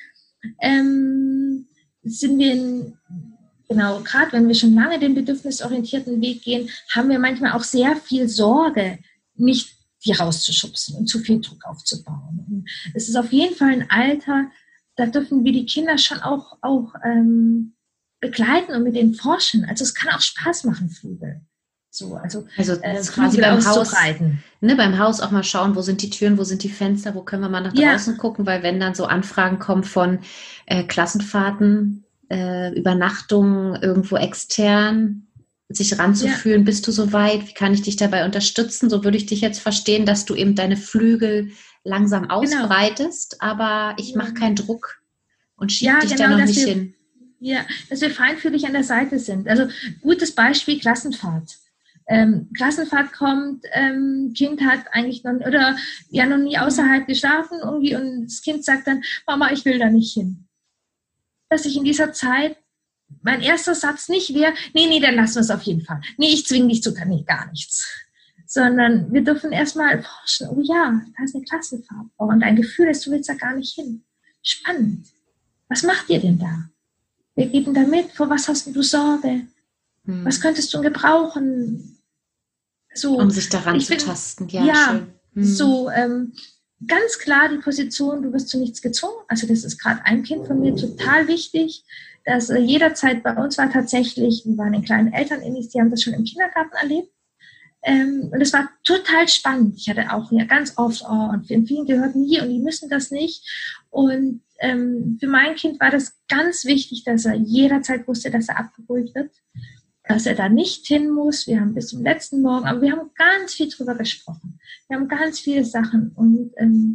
Speaker 2: sind wir gerade wenn wir schon lange den bedürfnisorientierten Weg gehen, haben wir manchmal auch sehr viel Sorge, nicht die rauszuschubsen und zu viel Druck aufzubauen. Und es ist auf jeden Fall ein Alter, da dürfen wir die Kinder schon auch begleiten und mit denen forschen. Also es kann auch Spaß machen, Flügel. Also
Speaker 1: quasi beim Haus, ne, beim Haus auch mal schauen, wo sind die Türen, wo sind die Fenster, wo können wir mal nach draußen gucken, weil wenn dann so Anfragen kommen von Klassenfahrten, Übernachtungen irgendwo extern, sich ranzufühlen, bist du soweit, wie kann ich dich dabei unterstützen? So würde ich dich jetzt verstehen, dass du eben deine Flügel langsam ausbreitest, aber ich mache keinen Druck und schiebe dich da noch nicht hin.
Speaker 2: Ja, dass wir feinfühlig an der Seite sind. Also gutes Beispiel, Klassenfahrt. Klassenfahrt kommt, Kind hat eigentlich noch nie außerhalb geschlafen irgendwie und das Kind sagt dann, Mama, ich will da nicht hin. Dass ich in dieser Zeit mein erster Satz nicht wäre, nee, dann lassen wir es auf jeden Fall. Nee, ich zwinge dich zu, gar nichts. Sondern wir dürfen erstmal forschen, oh ja, da ist eine Klassenfahrt. Und ein Gefühl ist, du willst da gar nicht hin. Spannend. Was macht ihr denn da? Wer geht denn da mit? Vor was hast du Sorge? Was könntest du gebrauchen? So,
Speaker 1: um sich daran zu tasten. Ja, schön.
Speaker 2: So ganz klar die Position, du wirst zu nichts gezwungen. Also das ist gerade ein Kind von mir total wichtig, dass jederzeit bei uns war tatsächlich, wir waren in kleinen Elterninnis, die haben das schon im Kindergarten erlebt. Und es war total spannend. Ich hatte auch ganz oft, und in vielen gehört nie und die müssen das nicht. Und für mein Kind war das ganz wichtig, dass er jederzeit wusste, dass er abgeholt wird, dass er da nicht hin muss. Wir haben bis zum letzten Morgen, aber wir haben ganz viel drüber gesprochen. Wir haben ganz viele Sachen und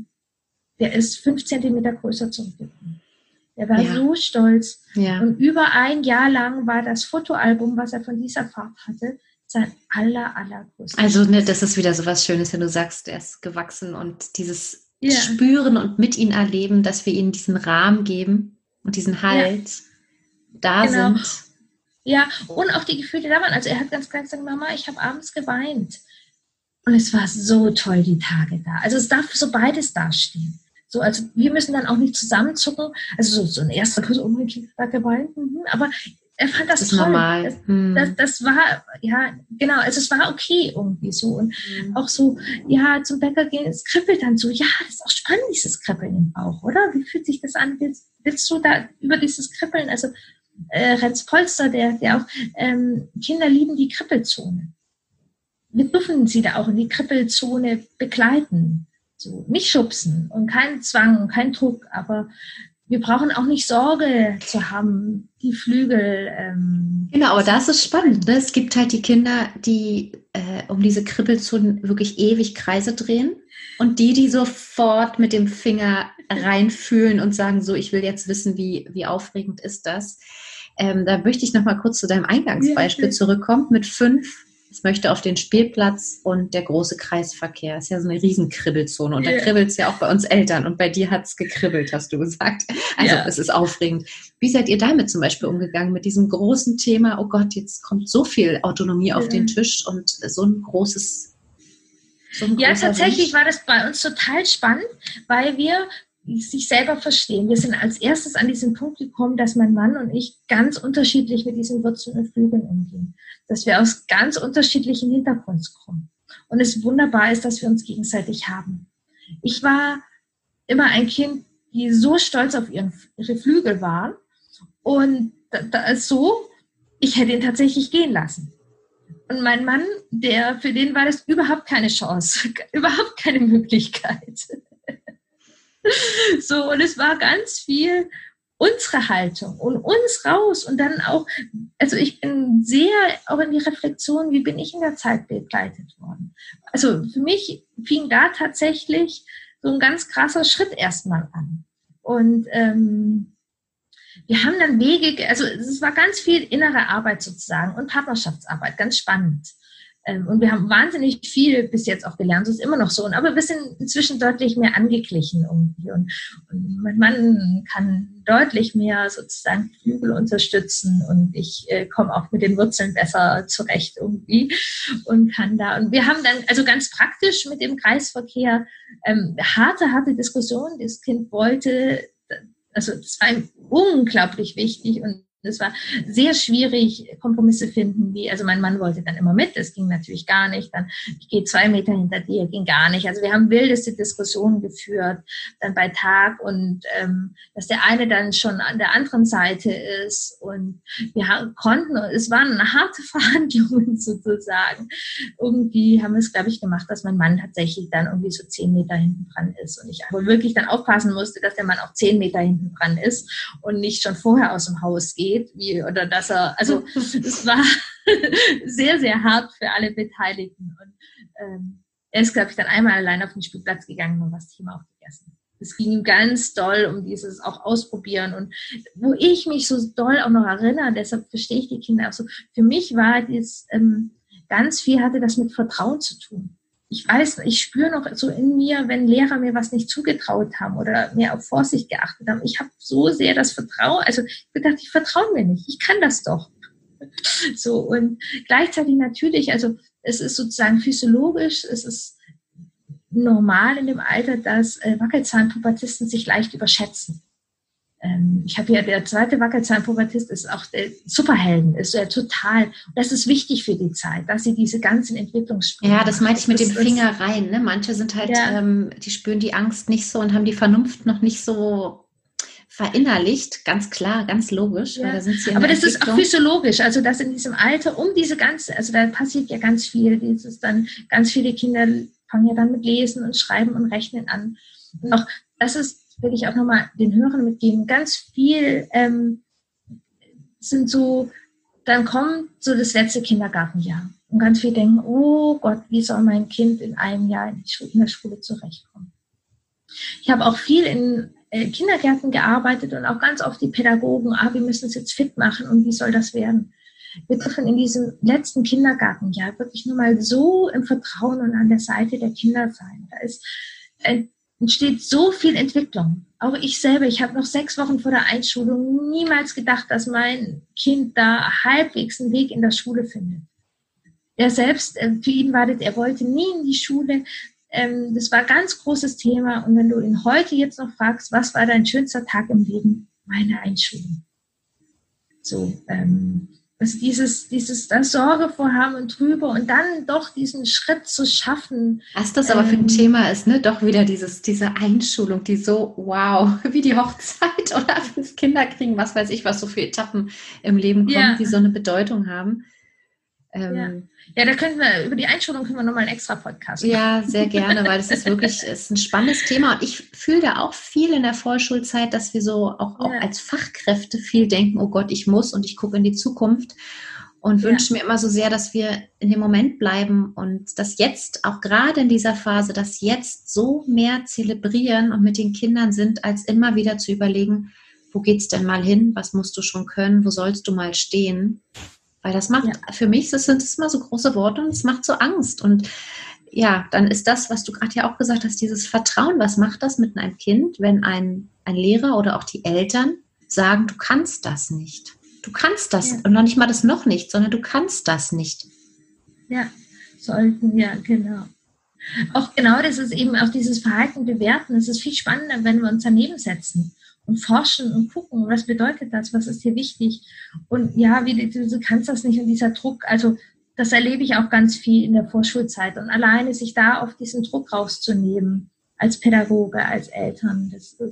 Speaker 2: der ist 5 Zentimeter größer zurückgekommen. Er war so stolz. Ja. Und über ein Jahr lang war das Fotoalbum, was er von dieser Fahrt hatte, sein allergrößtes.
Speaker 1: Also das ist wieder so was Schönes, wenn du sagst, er ist gewachsen und dieses Spüren und mit ihm erleben, dass wir ihnen diesen Rahmen geben und diesen Halt da sind.
Speaker 2: Ja, und auch die Gefühle da waren. Also er hat ganz klar gesagt, Mama, ich habe abends geweint. Und es war so toll, die Tage da. Also es darf so beides dastehen. So, also wir müssen dann auch nicht zusammenzucken. Also so ein erster Kuss, oh mein Kind hat geweint. Aber er fand das toll.
Speaker 1: Normal.
Speaker 2: Das war, genau, also es war okay irgendwie so. Und auch so, zum Bäcker gehen, es kribbelt dann so. Ja, das ist auch spannend, dieses Kribbeln im Bauch, oder? Wie fühlt sich das an? Willst du da über dieses Kribbeln, also Renz Polster, der auch, Kinder lieben die Kribbelzone. Wir dürfen sie da auch in die Kribbelzone begleiten. So, nicht schubsen und kein Zwang und kein Druck, aber wir brauchen auch nicht Sorge zu haben, die Flügel.
Speaker 1: Genau, aber das ist spannend. Ne? Es gibt halt die Kinder, die um diese Kribbelzonen wirklich ewig Kreise drehen und die sofort mit dem Finger reinfühlen und sagen, so, ich will jetzt wissen, wie aufregend ist das. Da möchte ich noch mal kurz zu deinem Eingangsbeispiel zurückkommen. Mit 5, es möchte auf den Spielplatz und der große Kreisverkehr. Ist ja so eine riesen Kribbelzone. Und da kribbelt es ja auch bei uns Eltern. Und bei dir hat es gekribbelt, hast du gesagt. Also es ist aufregend. Wie seid ihr damit zum Beispiel umgegangen? Mit diesem großen Thema, oh Gott, jetzt kommt so viel Autonomie auf den Tisch und so ein großes...
Speaker 2: tatsächlich war das bei uns total spannend, weil wir sich selber verstehen. Wir sind als erstes an diesen Punkt gekommen, dass mein Mann und ich ganz unterschiedlich mit diesen Wurzeln und Flügeln umgehen. Dass wir aus ganz unterschiedlichen Hintergründen kommen. Und es wunderbar ist, dass wir uns gegenseitig haben. Ich war immer ein Kind, die so stolz auf ihre Flügel waren. Und ich hätte ihn tatsächlich gehen lassen. Und mein Mann, für den war das überhaupt keine Chance, überhaupt keine Möglichkeit. So, und es war ganz viel unsere Haltung und uns raus und dann auch, also ich bin sehr auch in die Reflexion, wie bin ich in der Zeit begleitet worden. Also für mich fing da tatsächlich so ein ganz krasser Schritt erstmal an. Und wir haben dann Wege, also es war ganz viel innere Arbeit sozusagen und Partnerschaftsarbeit, ganz spannend. Und wir haben wahnsinnig viel bis jetzt auch gelernt, das ist immer noch so. Aber wir sind inzwischen deutlich mehr angeglichen irgendwie. Und mein Mann kann deutlich mehr sozusagen Flügel unterstützen und ich komme auch mit den Wurzeln besser zurecht irgendwie und kann da. Und wir haben dann also ganz praktisch mit dem Kreisverkehr harte Diskussionen. Das Kind wollte, also das war ihm unglaublich wichtig und es war sehr schwierig, Kompromisse finden, also mein Mann wollte dann immer mit, das ging natürlich gar nicht, dann ich gehe 2 Meter hinter dir, ging gar nicht. Also wir haben wildeste Diskussionen geführt, dann bei Tag und dass der eine dann schon an der anderen Seite ist und wir konnten, es waren harte Verhandlungen sozusagen. Irgendwie haben wir es, glaube ich, gemacht, dass mein Mann tatsächlich dann irgendwie so 10 Meter hinten dran ist und ich aber wirklich dann aufpassen musste, dass der Mann auch 10 Meter hinten dran ist und nicht schon vorher aus dem Haus geht. Es war sehr, sehr hart für alle Beteiligten. Und er ist, glaube ich, dann einmal allein auf den Spielplatz gegangen und was Thema auch gegessen. Es ging ihm ganz doll um dieses auch Ausprobieren und wo ich mich so doll auch noch erinnere, deshalb verstehe ich die Kinder auch so, für mich war das ganz viel, hatte das mit Vertrauen zu tun. Ich weiß, ich spüre noch so in mir, wenn Lehrer mir was nicht zugetraut haben oder mir auf Vorsicht geachtet haben. Ich habe so sehr das Vertrauen, also ich gedacht, die vertrauen mir nicht, ich kann das doch. So und gleichzeitig natürlich, also es ist sozusagen physiologisch, es ist normal in dem Alter, dass Wackelzahnpubertisten sich leicht überschätzen. Ich habe ja, der zweite Wackelzahnpubertist ist auch der Superhelden, ist ja total, das ist wichtig für die Zeit, dass sie diese ganzen Entwicklungssprünge.
Speaker 1: Ja, das meinte ich mit dem Finger rein, ne? Manche sind halt, die spüren die Angst nicht so und haben die Vernunft noch nicht so verinnerlicht, ganz klar, ganz logisch.
Speaker 2: Ja.
Speaker 1: Weil da sind sie in
Speaker 2: aber
Speaker 1: der
Speaker 2: das ist auch physiologisch, also dass in diesem Alter also da passiert ja ganz viel, ganz viele Kinder fangen ja dann mit Lesen und Schreiben und Rechnen an. Und auch, das ist will ich auch nochmal den Hörern mitgeben, ganz viel sind so, dann kommt so das letzte Kindergartenjahr. Und ganz viele denken, oh Gott, wie soll mein Kind in einem Jahr in der Schule zurechtkommen? Ich habe auch viel in Kindergärten gearbeitet und auch ganz oft die Pädagogen, wir müssen es jetzt fit machen und wie soll das werden? Wir dürfen in diesem letzten Kindergartenjahr wirklich nur mal so im Vertrauen und an der Seite der Kinder sein. Da entsteht so viel Entwicklung. Auch ich selber, ich habe noch 6 Wochen vor der Einschulung niemals gedacht, dass mein Kind da halbwegs einen Weg in der Schule findet. Er selbst, für ihn war das, er wollte nie in die Schule. Das war ein ganz großes Thema. Und wenn du ihn heute jetzt noch fragst, was war dein schönster Tag im Leben? Meine Einschulung. So, also dieses da Sorge vorhaben und drüber und dann doch diesen Schritt zu schaffen.
Speaker 1: Was das aber für ein Thema ist, ne? Doch wieder diese Einschulung, die so, wow, wie die Hochzeit oder das Kinderkriegen, was weiß ich, was so für Etappen im Leben kommen, die so eine Bedeutung haben.
Speaker 2: Ja, da über die Einschulung können wir nochmal einen extra Podcast machen.
Speaker 1: Ja, sehr gerne, weil das ist wirklich ein spannendes Thema und ich fühle da auch viel in der Vorschulzeit, dass wir so auch als Fachkräfte viel denken, oh Gott, ich muss und ich gucke in die Zukunft und wünsche mir immer so sehr, dass wir in dem Moment bleiben und das jetzt, auch gerade in dieser Phase, das jetzt so mehr zelebrieren und mit den Kindern sind, als immer wieder zu überlegen, wo geht's denn mal hin, was musst du schon können, wo sollst du mal stehen? Weil das macht, für mich sind es immer so große Worte und es macht so Angst. Und ja, dann ist das, was du gerade ja auch gesagt hast, dieses Vertrauen, was macht das mit einem Kind, wenn ein Lehrer oder auch die Eltern sagen, du kannst das nicht. Du kannst das und noch nicht mal das noch nicht, sondern du kannst das nicht.
Speaker 2: Ja, sollten, ja, genau. Auch genau, das ist eben auch dieses Verhalten bewerten. Es ist viel spannender, wenn wir uns daneben setzen und forschen und gucken, was bedeutet das, was ist hier wichtig und ja, du kannst das nicht und dieser Druck, also das erlebe ich auch ganz viel in der Vorschulzeit und alleine sich da auf diesen Druck rauszunehmen, als Pädagoge, als Eltern,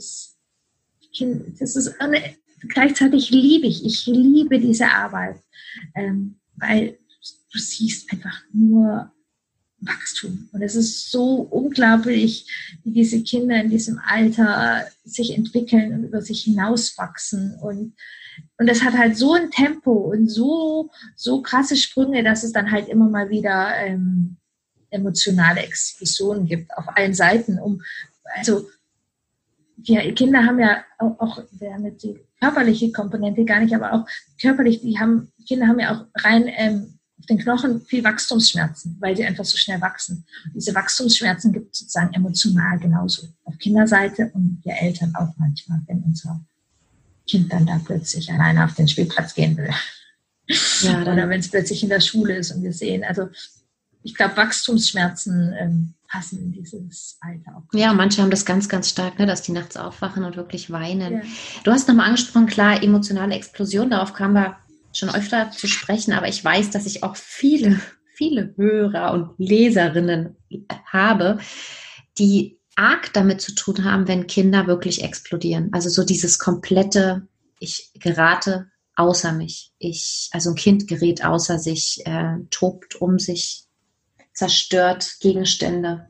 Speaker 2: gleichzeitig ich liebe diese Arbeit, weil du siehst einfach nur Wachstum. Und es ist so unglaublich, wie diese Kinder in diesem Alter sich entwickeln und über sich hinauswachsen. Und das hat halt so ein Tempo und so krasse Sprünge, dass es dann halt immer mal wieder emotionale Explosionen gibt auf allen Seiten. Also Kinder haben ja auch mit die körperliche Komponente gar nicht, aber auch körperlich, Kinder haben ja auch rein auf den Knochen viel Wachstumsschmerzen, weil sie einfach so schnell wachsen. Und diese Wachstumsschmerzen gibt es sozusagen emotional genauso. Auf Kinderseite und wir Eltern auch manchmal, wenn unser Kind dann da plötzlich alleine auf den Spielplatz gehen will. Ja, oder wenn es plötzlich in der Schule ist und wir sehen. Also ich glaube, Wachstumsschmerzen passen in dieses Alter auch.
Speaker 1: Ja, manche haben das ganz, ganz stark, ne, dass die nachts aufwachen und wirklich weinen. Ja. Du hast nochmal angesprochen, klar, emotionale Explosion, darauf kamen wir schon öfter zu sprechen, aber ich weiß, dass ich auch viele, viele Hörer und Leserinnen habe, die arg damit zu tun haben, wenn Kinder wirklich explodieren. Also so dieses komplette, ich gerate außer mich. Also ein Kind gerät außer sich, tobt um sich, zerstört Gegenstände,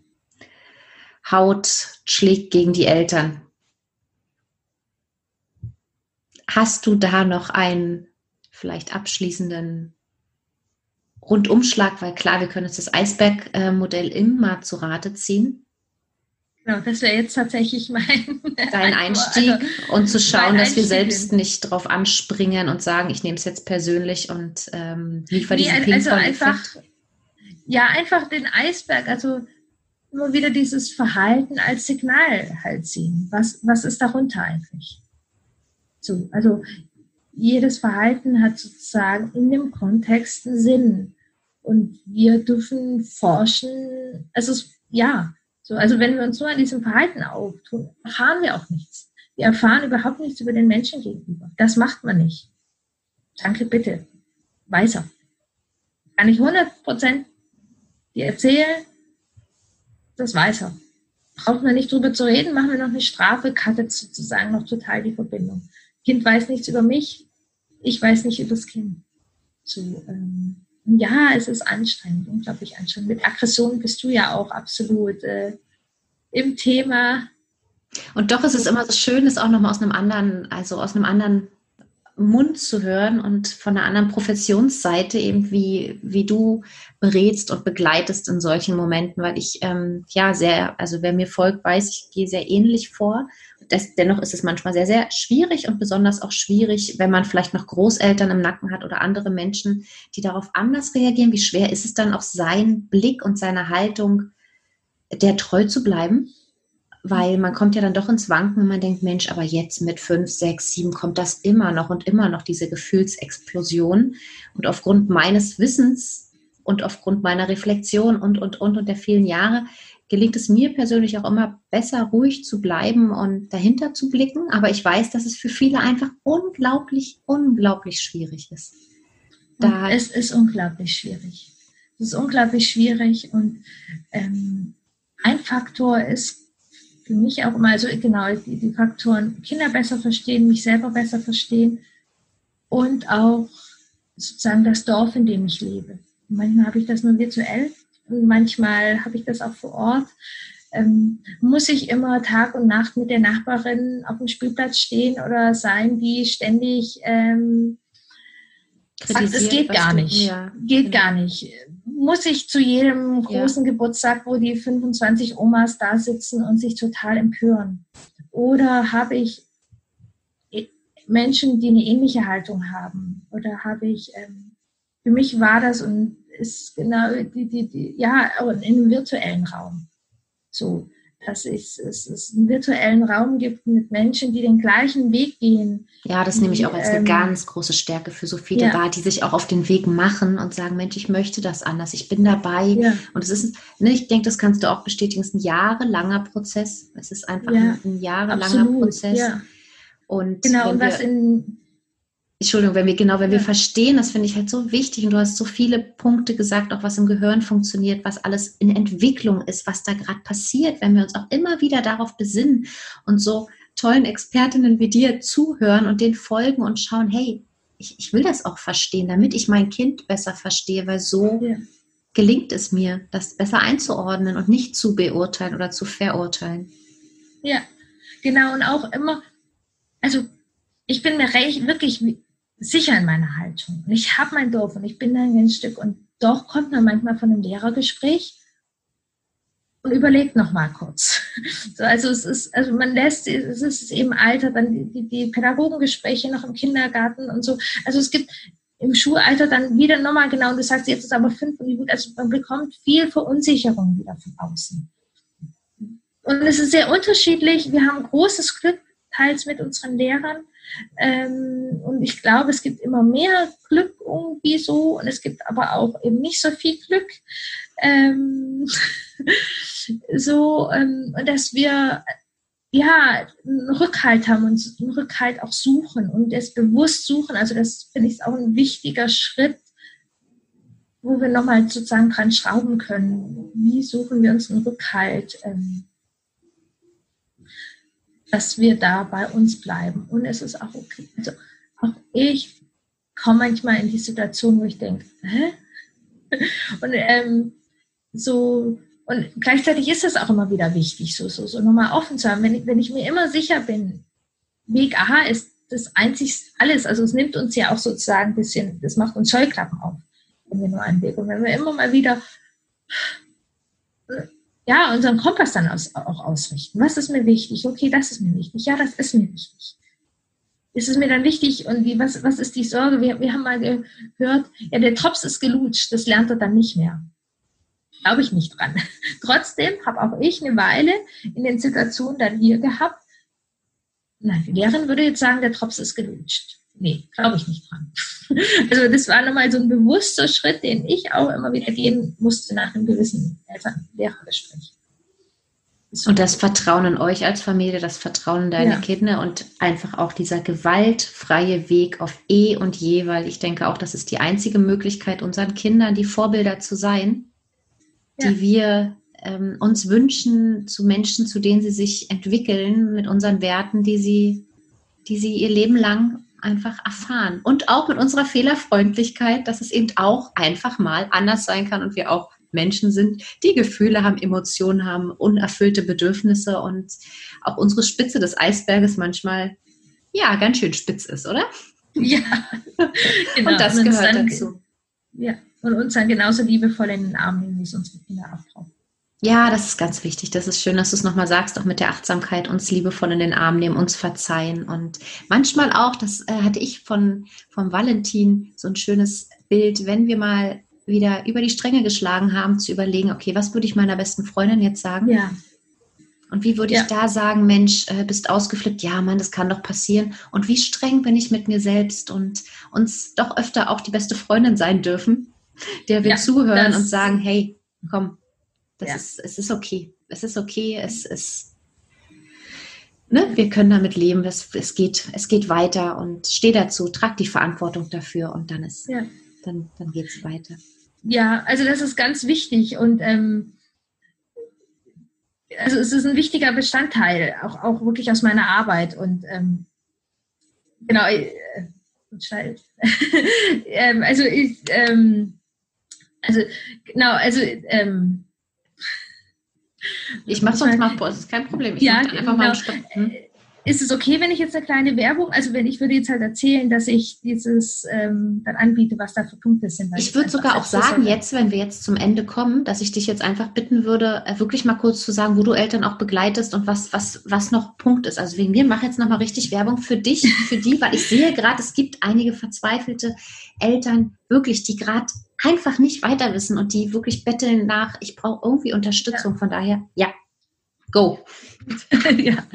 Speaker 1: schlägt gegen die Eltern. Hast du da noch einen vielleicht abschließenden Rundumschlag, weil klar, wir können uns das Eisberg-Modell immer zu Rate ziehen.
Speaker 2: Genau, das wäre jetzt tatsächlich
Speaker 1: dein Einstieg und zu schauen, dass wir selbst nicht drauf anspringen und sagen, ich nehme es jetzt persönlich und liefere diesen Ping-Pong-Effekt.
Speaker 2: Einfach den Eisberg, also immer wieder dieses Verhalten als Signal halt sehen. Was ist darunter eigentlich? So, also jedes Verhalten hat sozusagen in dem Kontext einen Sinn. Und wir dürfen forschen, also wenn wir uns nur an diesem Verhalten auftun, erfahren wir auch nichts. Wir erfahren überhaupt nichts über den Menschen gegenüber. Das macht man nicht. Danke, bitte. Weiter. Kann ich 100% dir erzählen, das weiß er. Braucht man nicht drüber zu reden, machen wir noch eine Strafe, cuttet sozusagen noch total die Verbindung. Kind weiß nichts über mich, ich weiß nicht über das Kind. So, es ist anstrengend, unglaublich anstrengend. Mit Aggression bist du ja auch absolut im Thema.
Speaker 1: Und doch ist es immer so schön, das auch nochmal aus einem anderen Mund zu hören und von einer anderen Professionsseite eben, wie du berätst und begleitest in solchen Momenten, weil ich also wer mir folgt, weiß, ich gehe sehr ähnlich vor. Dennoch ist es manchmal sehr, sehr schwierig und besonders auch schwierig, wenn man vielleicht noch Großeltern im Nacken hat oder andere Menschen, die darauf anders reagieren. Wie schwer ist es dann auch, sein Blick und seine Haltung der treu zu bleiben? Weil man kommt ja dann doch ins Wanken und man denkt, Mensch, aber jetzt mit 5, 6, 7 kommt das immer noch, diese Gefühlsexplosion. Und aufgrund meines Wissens und aufgrund meiner Reflexion und der vielen Jahre gelingt es mir persönlich auch immer besser, ruhig zu bleiben und dahinter zu blicken. Aber ich weiß, dass es für viele einfach unglaublich, unglaublich schwierig ist.
Speaker 2: Es ist unglaublich schwierig. Es ist unglaublich schwierig und ein Faktor ist für mich auch immer, also genau, die Faktoren Kinder besser verstehen, mich selber besser verstehen und auch sozusagen das Dorf, in dem ich lebe. Manchmal habe ich das nur virtuell und manchmal habe ich das auch vor Ort. Muss ich immer Tag und Nacht mit der Nachbarin auf dem Spielplatz stehen oder sein, die ständig sagt, es geht gar nicht. Geht gar nicht. Muss ich zu jedem großen Geburtstag, wo die 25 Omas da sitzen und sich total empören? Oder habe ich Menschen, die eine ähnliche Haltung haben? Oder habe ich, für mich war das und ist genau auch in einem virtuellen Raum so, dass es einen virtuellen Raum gibt mit Menschen, die den gleichen Weg gehen.
Speaker 1: Ja, das nehme ich auch als eine ganz große Stärke für so viele wahr, die sich auch auf den Weg machen und sagen, Mensch, ich möchte das anders, ich bin dabei. Ja. Und es ist, ich denke, das kannst du auch bestätigen, es ist ein jahrelanger Prozess. Es ist einfach ein jahrelanger Prozess. Ja. Und
Speaker 2: genau, und
Speaker 1: wenn wir verstehen, das finde ich halt so wichtig und du hast so viele Punkte gesagt, auch was im Gehirn funktioniert, was alles in Entwicklung ist, was da gerade passiert, wenn wir uns auch immer wieder darauf besinnen und so tollen Expertinnen wie dir zuhören und denen folgen und schauen, hey, ich will das auch verstehen, damit ich mein Kind besser verstehe, weil so gelingt es mir, das besser einzuordnen und nicht zu beurteilen oder zu verurteilen.
Speaker 2: Ja, genau, und auch immer, also ich bin mir wirklich sicher in meiner Haltung. Und ich habe mein Dorf und ich bin da ein Stück. Und doch kommt man manchmal von einem Lehrergespräch und überlegt noch mal kurz. So, also es ist eben Alter, dann die Pädagogengespräche noch im Kindergarten und so. Also es gibt im Schulalter dann wieder nochmal genau, und du sagst, jetzt ist aber 5 und gut, also man bekommt viel Verunsicherung wieder von außen. Und es ist sehr unterschiedlich. Wir haben großes Glück, teils mit unseren Lehrern. Und ich glaube, es gibt immer mehr Glück irgendwie so und es gibt aber auch eben nicht so viel Glück. Und dass wir einen Rückhalt haben und einen Rückhalt auch suchen und es bewusst suchen. Also das finde ich auch ein wichtiger Schritt, wo wir nochmal sozusagen dran schrauben können. Wie suchen wir uns einen Rückhalt? Dass wir da bei uns bleiben. Und es ist auch okay. Also auch ich komme manchmal in die Situation, wo ich denke, hä? Und gleichzeitig ist es auch immer wieder wichtig, so nochmal offen zu haben. Wenn ich mir immer sicher bin, Weg A ist das einzig alles. Also es nimmt uns ja auch sozusagen ein bisschen, das macht uns Scheuklappen auf, wenn wir nur einen Weg. Und wenn wir immer mal wieder unseren Kompass dann auch ausrichten. Was ist mir wichtig? Okay, das ist mir wichtig. Ja, das ist mir wichtig. Ist es mir dann wichtig? Und was ist die Sorge? Wir haben mal gehört, der Drops ist gelutscht, das lernt er dann nicht mehr. Glaube ich nicht dran. Trotzdem habe auch ich eine Weile in den Situationen dann hier gehabt. Nein, die Lehrerin würde jetzt sagen, der Drops ist gelutscht. Nee, glaube ich nicht dran. Also das war nochmal so ein bewusster Schritt, den ich auch immer wieder gehen musste nach einem gewissen Lehrergespräch.
Speaker 1: Und das Vertrauen in euch als Familie, das Vertrauen in deine Kinder und einfach auch dieser gewaltfreie Weg auf und Je, weil ich denke auch, das ist die einzige Möglichkeit, unseren Kindern die Vorbilder zu sein, die wir uns wünschen, zu Menschen, zu denen sie sich entwickeln, mit unseren Werten, die sie ihr Leben lang einfach erfahren. Und auch mit unserer Fehlerfreundlichkeit, dass es eben auch einfach mal anders sein kann und wir auch Menschen sind, die Gefühle haben, Emotionen haben, unerfüllte Bedürfnisse und auch unsere Spitze des Eisberges manchmal, ja, ganz schön spitz ist, oder?
Speaker 2: Ja, genau.
Speaker 1: Und das gehört dazu.
Speaker 2: Ja, und uns dann genauso liebevoll in den Arm nehmen, wie es unsere Kinder auch brauchen.
Speaker 1: Ja, das ist ganz wichtig. Das ist schön, dass du es nochmal sagst, auch mit der Achtsamkeit, uns liebevoll in den Arm nehmen, uns verzeihen. Und manchmal auch, das hatte ich vom Valentin, so ein schönes Bild, wenn wir mal wieder über die Stränge geschlagen haben, zu überlegen, okay, was würde ich meiner besten Freundin jetzt sagen?
Speaker 2: Ja.
Speaker 1: Und wie würde ich da sagen, Mensch, bist ausgeflippt? Ja, Mann, das kann doch passieren. Und wie streng bin ich mit mir selbst und uns doch öfter auch die beste Freundin sein dürfen, der wir zuhören und sagen, hey, komm, es ist okay. Es ist okay. Es ist, ne? Wir können damit leben. Es geht weiter und steh dazu, trag die Verantwortung dafür und dann geht es weiter.
Speaker 2: Ja, also das ist ganz wichtig und also es ist ein wichtiger Bestandteil, auch wirklich aus meiner Arbeit und genau,
Speaker 1: ich mache sonst mal Pause, das ist kein Problem. Ich mache einfach mal einen Stopp.
Speaker 2: Ist es okay, wenn ich jetzt eine kleine Werbung, also ich würde jetzt halt erzählen, dass ich dieses dann anbiete, was da für Punkte sind.
Speaker 1: Ich würde sogar auch sagen, wenn wir jetzt zum Ende kommen, dass ich dich jetzt einfach bitten würde, wirklich mal kurz zu sagen, wo du Eltern auch begleitest und was noch Punkt ist. Also wegen mir, mach jetzt nochmal richtig Werbung für dich, für die, weil ich sehe gerade, es gibt einige verzweifelte Eltern, wirklich, die gerade einfach nicht weiter wissen und die wirklich betteln nach, ich brauche irgendwie Unterstützung. Von daher, ja, go.
Speaker 2: Ja.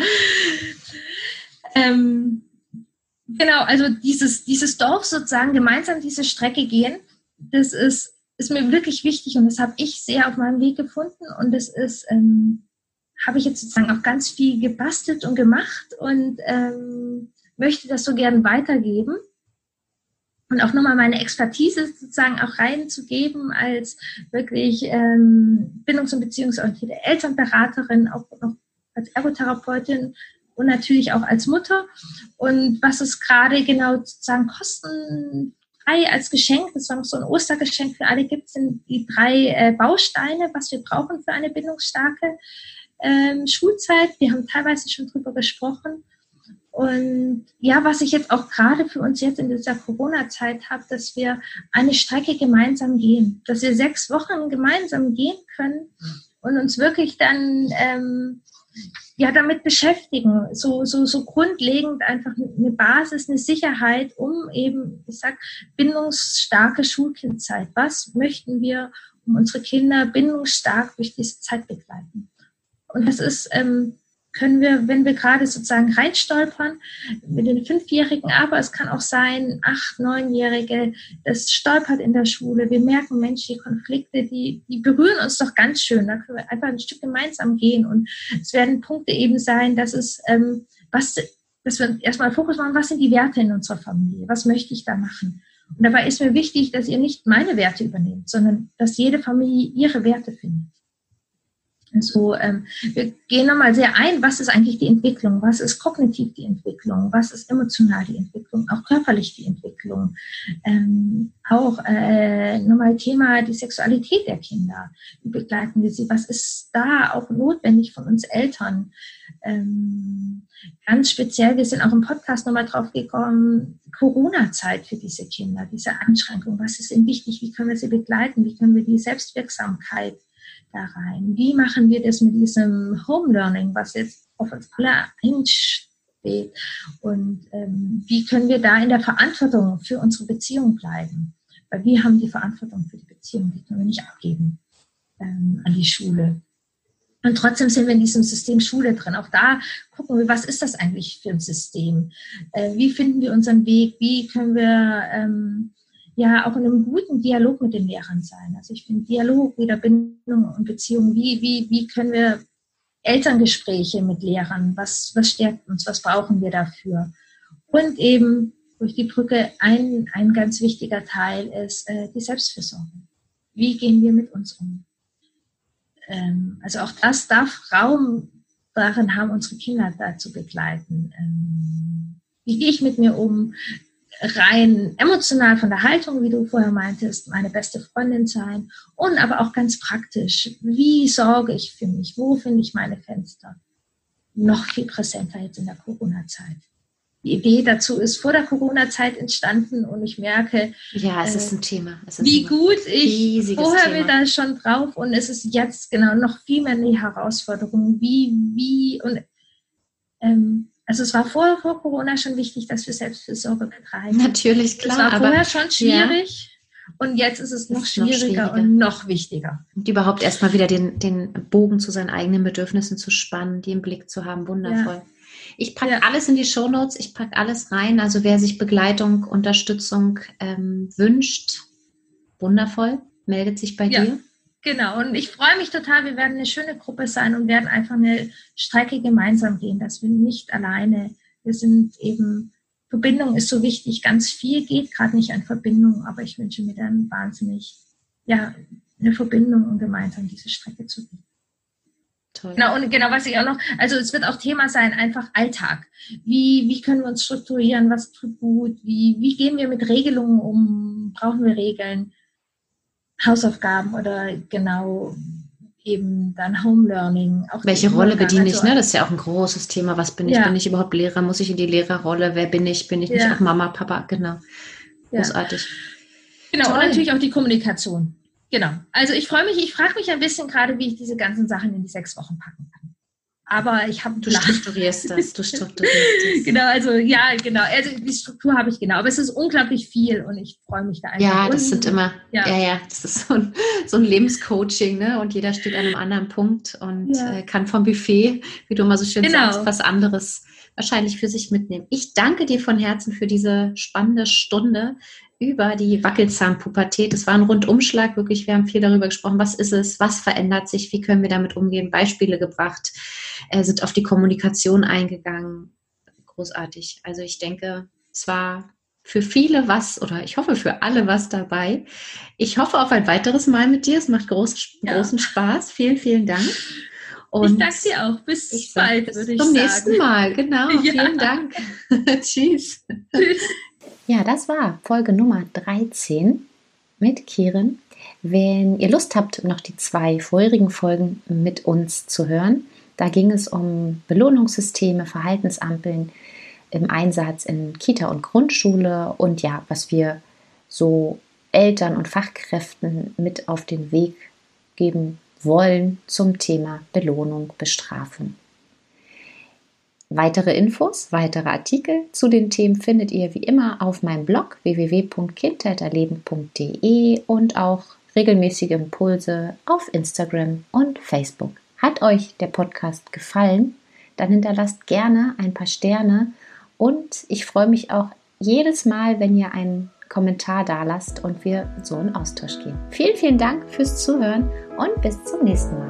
Speaker 2: Genau, also dieses Dorf sozusagen gemeinsam diese Strecke gehen, das ist mir wirklich wichtig und das habe ich sehr auf meinem Weg gefunden und das ist, habe ich jetzt sozusagen auch ganz viel gebastelt und gemacht und möchte das so gern weitergeben und auch nochmal meine Expertise sozusagen auch reinzugeben als wirklich bindungs- und beziehungsorientierte Elternberaterin, auch noch als Ergotherapeutin und natürlich auch als Mutter. Und was ist gerade genau sozusagen kostenfrei als Geschenk, das war noch so ein Ostergeschenk für alle gibt, sind die 3 Bausteine, was wir brauchen für eine bindungsstarke Schulzeit. Wir haben teilweise schon drüber gesprochen. Und ja, was ich jetzt auch gerade für uns jetzt in dieser Corona-Zeit habe, dass wir eine Strecke gemeinsam gehen, dass wir 6 Wochen gemeinsam gehen können und uns wirklich dann damit beschäftigen, so grundlegend einfach eine Basis, eine Sicherheit, um eben, ich sag, bindungsstarke Schulkindzeit. Was möchten wir, um unsere Kinder bindungsstark durch diese Zeit begleiten? Und das ist, können wir, wenn wir gerade sozusagen reinstolpern, mit den 5-Jährigen, aber es kann auch sein, 8-, 9-Jährige, das stolpert in der Schule. Wir merken, Mensch, die Konflikte, die berühren uns doch ganz schön. Da können wir einfach ein Stück gemeinsam gehen. Und es werden Punkte eben sein, dass wir erstmal Fokus machen, was sind die Werte in unserer Familie? Was möchte ich da machen? Und dabei ist mir wichtig, dass ihr nicht meine Werte übernehmt, sondern dass jede Familie ihre Werte findet. Also, wir gehen nochmal sehr ein, was ist eigentlich die Entwicklung, was ist kognitiv die Entwicklung, was ist emotional die Entwicklung, auch körperlich die Entwicklung. Auch nochmal Thema die Sexualität der Kinder. Wie begleiten wir sie? Was ist da auch notwendig von uns Eltern? Ganz speziell, wir sind auch im Podcast nochmal drauf gekommen, Corona-Zeit für diese Kinder, diese Einschränkung. Was ist ihnen wichtig? Wie können wir sie begleiten? Wie können wir die Selbstwirksamkeit da rein? Wie machen wir das mit diesem Home Learning, was jetzt auf uns alle einsteht? Und wie können wir da in der Verantwortung für unsere Beziehung bleiben? Weil wir haben die Verantwortung für die Beziehung, die können wir nicht abgeben an die Schule. Und trotzdem sind wir in diesem System Schule drin. Auch da gucken wir, was ist das eigentlich für ein System? Wie finden wir unseren Weg? Wie können wir auch in einem guten Dialog mit den Lehrern sein. Also ich finde Dialog, wieder Bindung und Beziehung, wie können wir Elterngespräche mit Lehrern, was stärkt uns, was brauchen wir dafür? Und eben durch die Brücke ein ganz wichtiger Teil ist die Selbstfürsorge. Wie gehen wir mit uns um? Also auch das darf Raum darin haben, unsere Kinder da zu begleiten. Wie gehe ich mit mir um? rein emotional von der Haltung, wie du vorher meintest, meine beste Freundin sein und aber auch ganz praktisch, wie sorge ich für mich, wo finde ich meine Fenster? Noch viel präsenter jetzt in der Corona-Zeit. Die Idee dazu ist vor der Corona-Zeit entstanden und ich merke,
Speaker 1: ja, es ist ein Thema.
Speaker 2: Wie gut ich vorher mir da schon drauf und es ist jetzt genau noch viel mehr eine Herausforderung, also es war vor Corona schon wichtig, dass wir Selbstfürsorge betreiben.
Speaker 1: Natürlich, klar.
Speaker 2: Es war vorher schon schwierig und jetzt ist es noch schwieriger und noch wichtiger.
Speaker 1: Und überhaupt erstmal wieder den Bogen zu seinen eigenen Bedürfnissen zu spannen, die im Blick zu haben, wundervoll. Ja. Ich packe alles in die Shownotes, ich packe alles rein. Also wer sich Begleitung, Unterstützung wünscht, wundervoll, meldet sich bei dir.
Speaker 2: Genau, und ich freue mich total, wir werden eine schöne Gruppe sein und werden einfach eine Strecke gemeinsam gehen, dass wir nicht alleine, wir sind eben, Verbindung ist so wichtig, ganz viel geht gerade nicht an Verbindung, aber ich wünsche mir dann wahnsinnig, eine Verbindung und gemeinsam diese Strecke zu gehen. Toll. Genau, und genau, was ich auch noch, also es wird auch Thema sein, einfach Alltag. Wie können wir uns strukturieren, was tut gut, wie gehen wir mit Regelungen um, brauchen wir Regeln? Hausaufgaben oder genau eben dann Home Learning. Auch
Speaker 1: welche Rolle bediene ich? Ne? Das ist ja auch ein großes Thema. Was bin ich? Bin ich überhaupt Lehrer? Muss ich in die Lehrerrolle? Wer bin ich? Bin ich nicht auch Mama, Papa? Genau. Großartig.
Speaker 2: Genau, toll. Und natürlich auch die Kommunikation. Genau. Also ich freue mich, ich frage mich ein bisschen gerade, wie ich diese ganzen Sachen in die 6 Wochen packen kann. Aber ich habe...
Speaker 1: Du strukturierst das.
Speaker 2: Genau, also genau. Also die Struktur habe ich genau. Aber es ist unglaublich viel und ich freue mich da einfach.
Speaker 1: Ja, das sind immer, das ist so ein Lebenscoaching, ne? Und jeder steht an einem anderen Punkt und kann vom Buffet, wie du immer so schön sagst, was anderes wahrscheinlich für sich mitnehmen. Ich danke dir von Herzen für diese spannende Stunde über die Wackelzahnpubertät. Es war ein Rundumschlag, wirklich. Wir haben viel darüber gesprochen. Was ist es? Was verändert sich? Wie können wir damit umgehen? Beispiele gebracht, sind auf die Kommunikation eingegangen. Großartig. Also ich denke, es war für viele oder ich hoffe für alle was dabei. Ich hoffe auf ein weiteres Mal mit dir. Es macht großen Spaß. Vielen, vielen Dank. Und
Speaker 2: ich danke dir auch. Bis bald, würde ich sagen.
Speaker 1: Zum nächsten Mal. Genau. Vielen Dank. Tschüss.
Speaker 2: Tschüss.
Speaker 1: Ja, das war Folge Nummer 13 mit Kirin. Wenn ihr Lust habt, noch die 2 vorherigen Folgen mit uns zu hören, da ging es um Belohnungssysteme, Verhaltensampeln im Einsatz in Kita und Grundschule und was wir so Eltern und Fachkräften mit auf den Weg geben wollen zum Thema Belohnung, Bestrafung. Weitere Infos, weitere Artikel zu den Themen findet ihr wie immer auf meinem Blog www.kindheiterleben.de und auch regelmäßige Impulse auf Instagram und Facebook. Hat euch der Podcast gefallen? Dann hinterlasst gerne ein paar Sterne und ich freue mich auch jedes Mal, wenn ihr einen Kommentar dalasst und wir so in Austausch gehen. Vielen, vielen Dank fürs Zuhören und bis zum nächsten Mal.